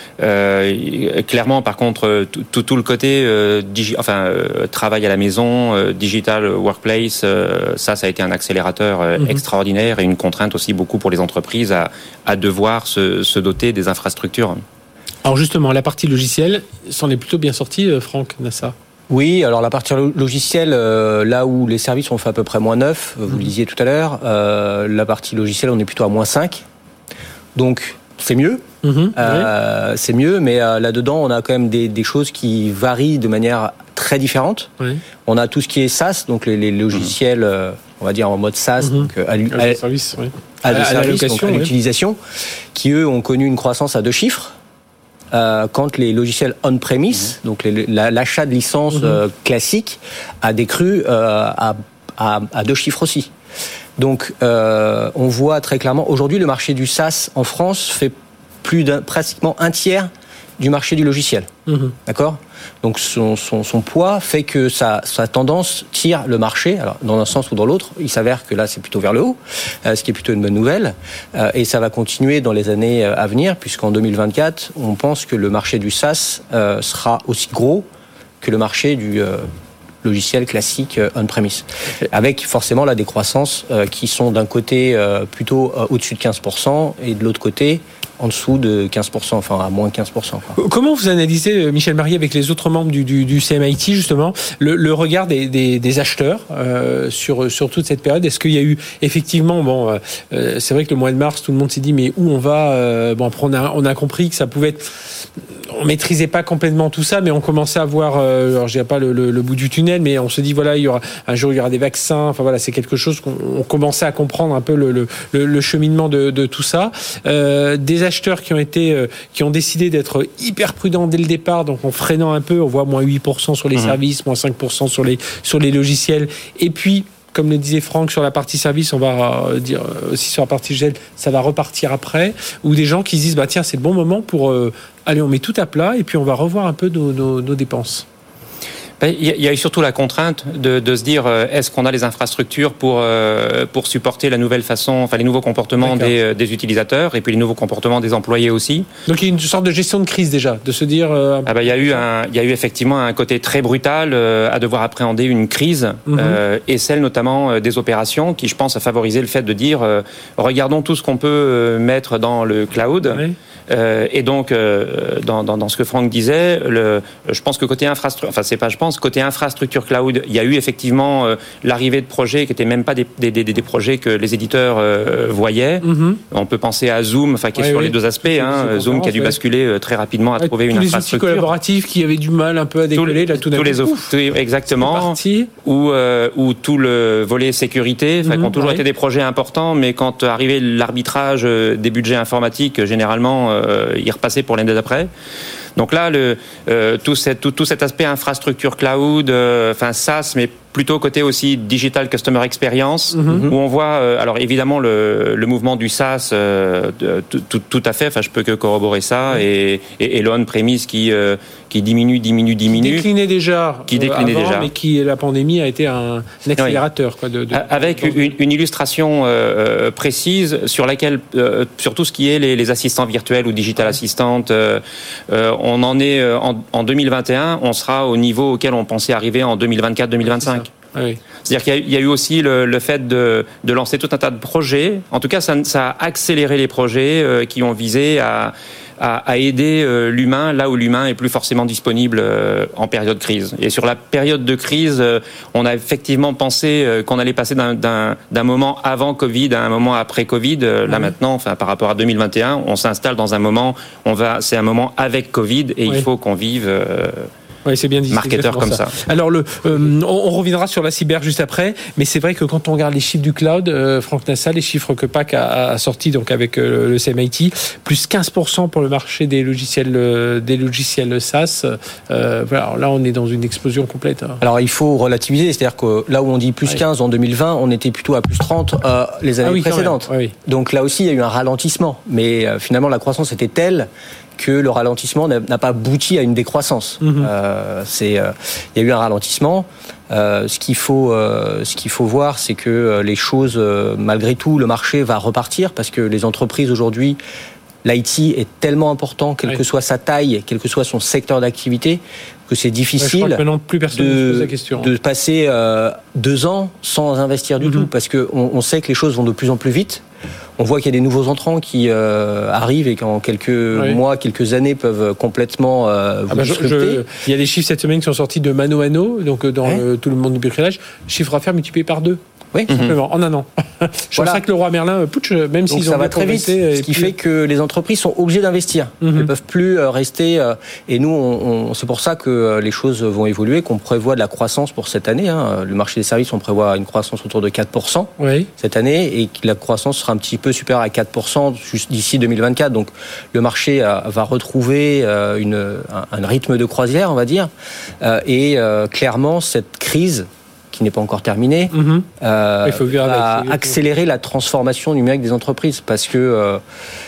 Clairement, par contre, tout le côté travail à la maison, digital workplace, ça a été un accélérateur extraordinaire et une contrainte aussi beaucoup pour les entreprises à devoir se doter des infrastructures. Alors justement, la partie logicielle, s'en est plutôt bien sorti, Franck Nassar. Oui, alors la partie logicielle, là où les services ont fait à peu près moins 9, vous le disiez tout à l'heure, la partie logicielle, on est plutôt à moins 5. Donc, c'est mieux. C'est mieux, mais là-dedans, on a quand même des choses qui varient de manière très différente. On a tout ce qui est SaaS, donc les logiciels, on va dire en mode SaaS, donc à l'utilisation, qui eux ont connu une croissance à 2 chiffres. Quand les logiciels on-premise, donc l'achat de licences classiques, a décru à 2 chiffres aussi. Donc, on voit très clairement, aujourd'hui, le marché du SaaS en France fait pratiquement un tiers du marché du logiciel. D'accord ? Donc, son poids fait que sa tendance tire le marché, alors dans un sens ou dans l'autre. Il s'avère que là, c'est plutôt vers le haut, ce qui est plutôt une bonne nouvelle. Et ça va continuer dans les années à venir, puisqu'en 2024, on pense que le marché du SaaS sera aussi gros que le marché du logiciels classiques on-premise. Avec forcément là des croissances qui sont d'un côté plutôt au-dessus de 15% et de l'autre côté en dessous de 15%, enfin à moins 15%. Quoi. Comment vous analysez, Michel Marié, avec les autres membres du CMIT, justement, le regard des acheteurs sur toute cette période? Est-ce qu'il y a eu effectivement, c'est vrai que le mois de mars, tout le monde s'est dit, mais où on va? Après, on a compris que ça pouvait être... On maîtrisait pas complètement tout ça, mais on commençait à voir, alors je dirais pas le bout du tunnel, mais on se dit, voilà, un jour il y aura des vaccins, enfin voilà, c'est quelque chose qu'on commençait à comprendre un peu le cheminement de tout ça. Des acheteurs qui ont décidé d'être hyper prudents dès le départ, donc en freinant un peu, on voit moins 8% sur les services, moins 5% sur les logiciels, et puis comme le disait Franck, sur la partie service, on va dire aussi sur la partie gel, ça va repartir après, ou des gens qui se disent, tiens, c'est le bon moment pour allez, on met tout à plat et puis on va revoir un peu nos dépenses. Il y a eu surtout la contrainte de se dire, est-ce qu'on a les infrastructures pour supporter la nouvelle façon, enfin les nouveaux comportements des utilisateurs et puis les nouveaux comportements des employés aussi. Donc il y a une sorte de gestion de crise déjà, de se dire. Il y a eu effectivement un côté très brutal à devoir appréhender une crise et celle notamment des opérations qui, je pense, a favorisé le fait de dire, regardons tout ce qu'on peut mettre dans le cloud. Oui. Et donc, dans ce que Franck disait, je pense que côté infrastructure, enfin c'est pas je pense, côté infrastructure cloud, il y a eu effectivement l'arrivée de projets qui n'étaient même pas des projets que les éditeurs voyaient. On peut penser à Zoom, enfin qui est sur les deux aspects. Zoom qui a dû basculer très rapidement à trouver une infrastructure. Tous les outils collaboratifs qui avaient du mal un peu à décoller, là tout d'un coup. Exactement. Ou tout le volet sécurité, qui ont toujours été des projets importants, mais quand arrivait l'arbitrage des budgets informatiques, généralement y repasser pour l'année d'après. Donc là, tout cet aspect infrastructure cloud, SaaS, mais plutôt côté aussi digital customer experience, où on voit, alors évidemment le mouvement du SaaS, tout à fait. Enfin, je peux que corroborer ça, et le on-premise qui diminue. Qui déclinait déjà, mais qui la pandémie a été un accélérateur, quoi. Avec une illustration précise sur laquelle, sur tout ce qui est les assistants virtuels ou digital assistantes, on en est en 2021, on sera au niveau auquel on pensait arriver en 2024-2025. Oui. C'est-à-dire qu'il y a eu aussi le fait de lancer tout un tas de projets. En tout cas, ça a accéléré les projets qui ont visé à aider l'humain là où l'humain est plus forcément disponible en période de crise. Et sur la période de crise, on a effectivement pensé qu'on allait passer d'un moment avant Covid à un moment après Covid. Là maintenant, par rapport à 2021, on s'installe dans un moment, c'est un moment avec Covid et il faut qu'on vive... Oui, c'est bien dit. Marketeur comme ça. Alors, on reviendra sur la cyber juste après, mais c'est vrai que quand on regarde les chiffres du cloud, Franck Nassal, les chiffres que PAC a sortis donc avec le CMIT, plus 15% pour le marché des logiciels SaaS. Alors là, on est dans une explosion complète. Alors, il faut relativiser, c'est-à-dire que là où on dit plus 15 en 2020, on était plutôt à plus 30 les années précédentes. Oui. Donc là aussi, il y a eu un ralentissement, mais finalement, la croissance était telle que le ralentissement n'a pas abouti à une décroissance. Il y a eu un ralentissement. Ce qu'il faut voir, c'est que les choses, malgré tout, le marché va repartir parce que les entreprises aujourd'hui, l'IT est tellement important, quelle que soit sa taille, quel que soit son secteur d'activité, que c'est difficile de passer 2 ans sans investir du tout, parce que on sait que les choses vont de plus en plus vite. On voit qu'il y a des nouveaux entrants qui arrivent et qu'en quelques mois, quelques années peuvent complètement vous disrupter. Il y a des chiffres cette semaine qui sont sortis de Mano à Mano, donc dans tout le monde du bricolage, chiffre d'affaires multiplié par 2. Oui, simplement, en un an. Je pense que le Roi Merlin putsch, même s'ils ont ça va très vite, ce qui fait que les entreprises sont obligées d'investir. Elles ne peuvent plus rester. Et nous, c'est pour ça que les choses vont évoluer, qu'on prévoit de la croissance pour cette année. Le marché des services, on prévoit une croissance autour de 4% cette année, et que la croissance sera un petit peu supérieure à 4% d'ici 2024. Donc le marché va retrouver un rythme de croisière, on va dire. Et clairement, cette crise, qui n'est pas encore terminé, va accélérer la transformation numérique des entreprises, parce que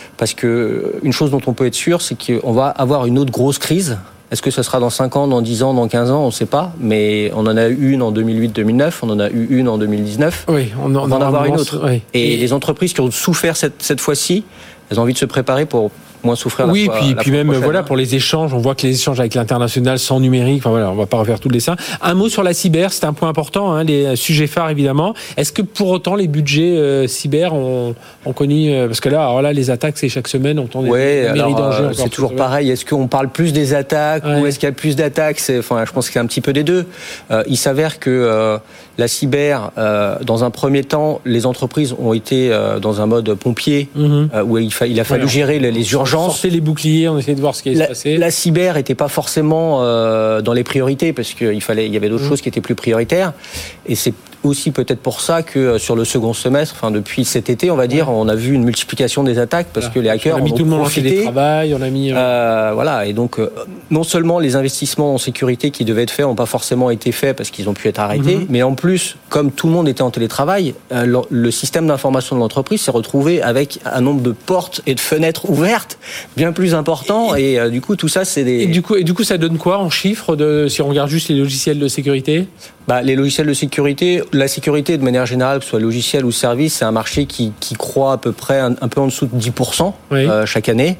une chose dont on peut être sûr, c'est qu'on va avoir une autre grosse crise. Est-ce que ce sera dans 5 ans, dans 10 ans, dans 15 ans, on ne sait pas, mais on en a eu une en 2008-2009, on en a eu une en 2019, on va en avoir une autre. Et les entreprises qui ont souffert cette fois-ci, elles ont envie de se préparer pour souffrir. Oui, puis même voilà, pour les échanges, on voit que les échanges avec l'international sans numérique, enfin voilà, on va pas refaire tout le dessin. Un mot sur la cyber, c'est un point important, hein, les sujets phares évidemment. Est-ce que pour autant les budgets cyber ont connu, parce que là, les attaques, c'est chaque semaine, on entend des dangers. C'est toujours pareil. Est-ce qu'on parle plus des attaques ou est-ce qu'il y a plus d'attaques? Je pense qu'il y a un petit peu des deux. Il s'avère que la cyber, dans un premier temps, les entreprises ont été dans un mode pompier, où il a fallu gérer les urgences. Sortez les boucliers, on essayait de voir ce qui allait se passer. La cyber n'était pas forcément dans les priorités, parce qu'il y avait d'autres choses qui étaient plus prioritaires. Et c'est aussi peut-être pour ça que sur le second semestre, depuis cet été, on va dire, on a vu une multiplication des attaques, parce que les hackers on a mis tout le monde en télétravail, on a mis... voilà, et donc non seulement les investissements en sécurité qui devaient être faits n'ont pas forcément été faits parce qu'ils ont pu être arrêtés, mais en plus, comme tout le monde était en télétravail, le système d'information de l'entreprise s'est retrouvé avec un nombre de portes et de fenêtres ouvertes bien plus important, et du coup tout ça c'est des... Et du coup ça donne quoi en chiffres si on regarde juste les logiciels de sécurité? Les logiciels de sécurité, la sécurité de manière générale, que ce soit logiciel ou service, c'est un marché qui croît à peu près un peu en dessous de 10% chaque année,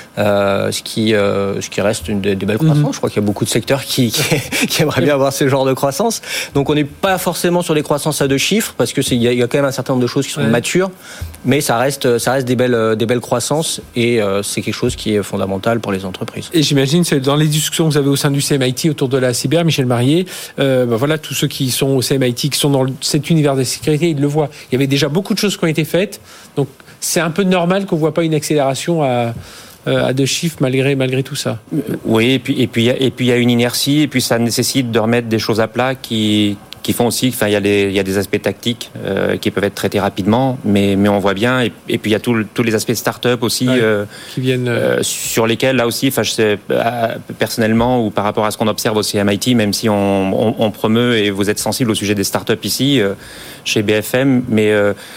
ce qui reste une des belles croissances. Je crois qu'il y a beaucoup de secteurs qui aimeraient bien avoir ce genre de croissance. Donc on n'est pas forcément sur les croissances à 2 chiffres, parce que il y a quand même un certain nombre de choses qui sont matures, mais ça reste des belles croissances, et c'est quelque chose qui est fondamental pour les entreprises. Et j'imagine, c'est dans les discussions que vous avez au sein du CMIT autour de la cyber, Michel Marié, voilà, tous ceux qui sont au CMIT, qui sont dans cet univers de sécurité, ils le voient. Il y avait déjà beaucoup de choses qui ont été faites, donc c'est un peu normal qu'on ne voit pas une accélération à 2 chiffres malgré tout ça. Oui, et puis il y a une inertie, et puis ça nécessite de remettre des choses à plat qui font aussi, il y a des aspects tactiques qui peuvent être traités rapidement, mais on voit bien, et puis il y a tous les aspects start-up aussi qui viennent sur lesquels là aussi, je sais, personnellement, ou par rapport à ce qu'on observe au CMIT, même si on promeut, et vous êtes sensible au sujet des start-up ici chez BFM, mais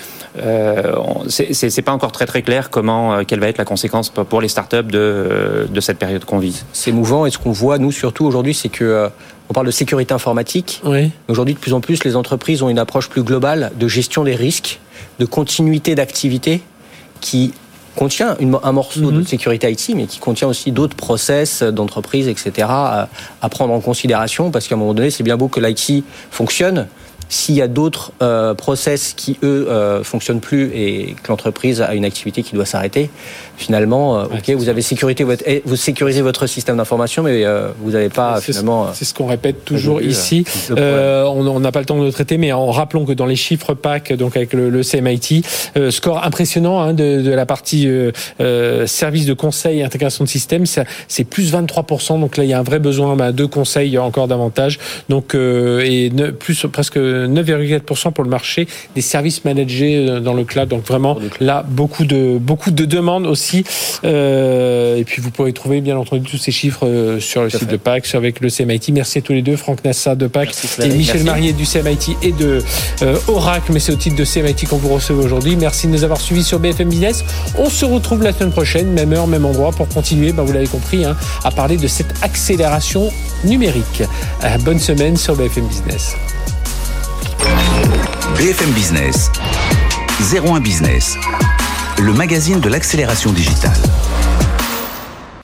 c'est pas encore très clair quelle va être la conséquence pour les startups de cette période qu'on vit. C'est mouvant, et ce qu'on voit nous surtout aujourd'hui, c'est que on parle de sécurité informatique. Oui. Aujourd'hui, de plus en plus, les entreprises ont une approche plus globale de gestion des risques, de continuité d'activité, qui contient un morceau de sécurité IT, mais qui contient aussi d'autres process d'entreprise, etc., à prendre en considération, parce qu'à un moment donné, c'est bien beau que l'IT fonctionne. S'il y a d'autres process qui, eux, fonctionnent plus, et que l'entreprise a une activité qui doit s'arrêter, finalement, vous avez vous sécurisez votre système d'information, mais vous n'avez pas finalement... C'est ce qu'on répète toujours ici. On n'a pas le temps de le traiter, mais rappelons que dans les chiffres PAC, donc avec le CMIT, score impressionnant de la partie service de conseil et intégration de système, c'est plus 23%. Donc là, il y a un vrai besoin de conseils encore davantage. Donc presque 9,4% pour le marché des services managés dans le cloud. Donc vraiment, là, beaucoup de demandes aussi. Et puis, vous pourrez trouver, bien entendu, tous ces chiffres sur le site de PAC, avec le CMIT. Merci à tous les deux, Franck Nassa de PAC et Michel Marié du CMIT et de Oracle, mais c'est au titre de CMIT qu'on vous recevait aujourd'hui. Merci de nous avoir suivis sur BFM Business. On se retrouve la semaine prochaine, même heure, même endroit, pour continuer, vous l'avez compris, à parler de cette accélération numérique. Bonne semaine sur BFM Business. BFM Business, 01 Business, le magazine de l'accélération digitale.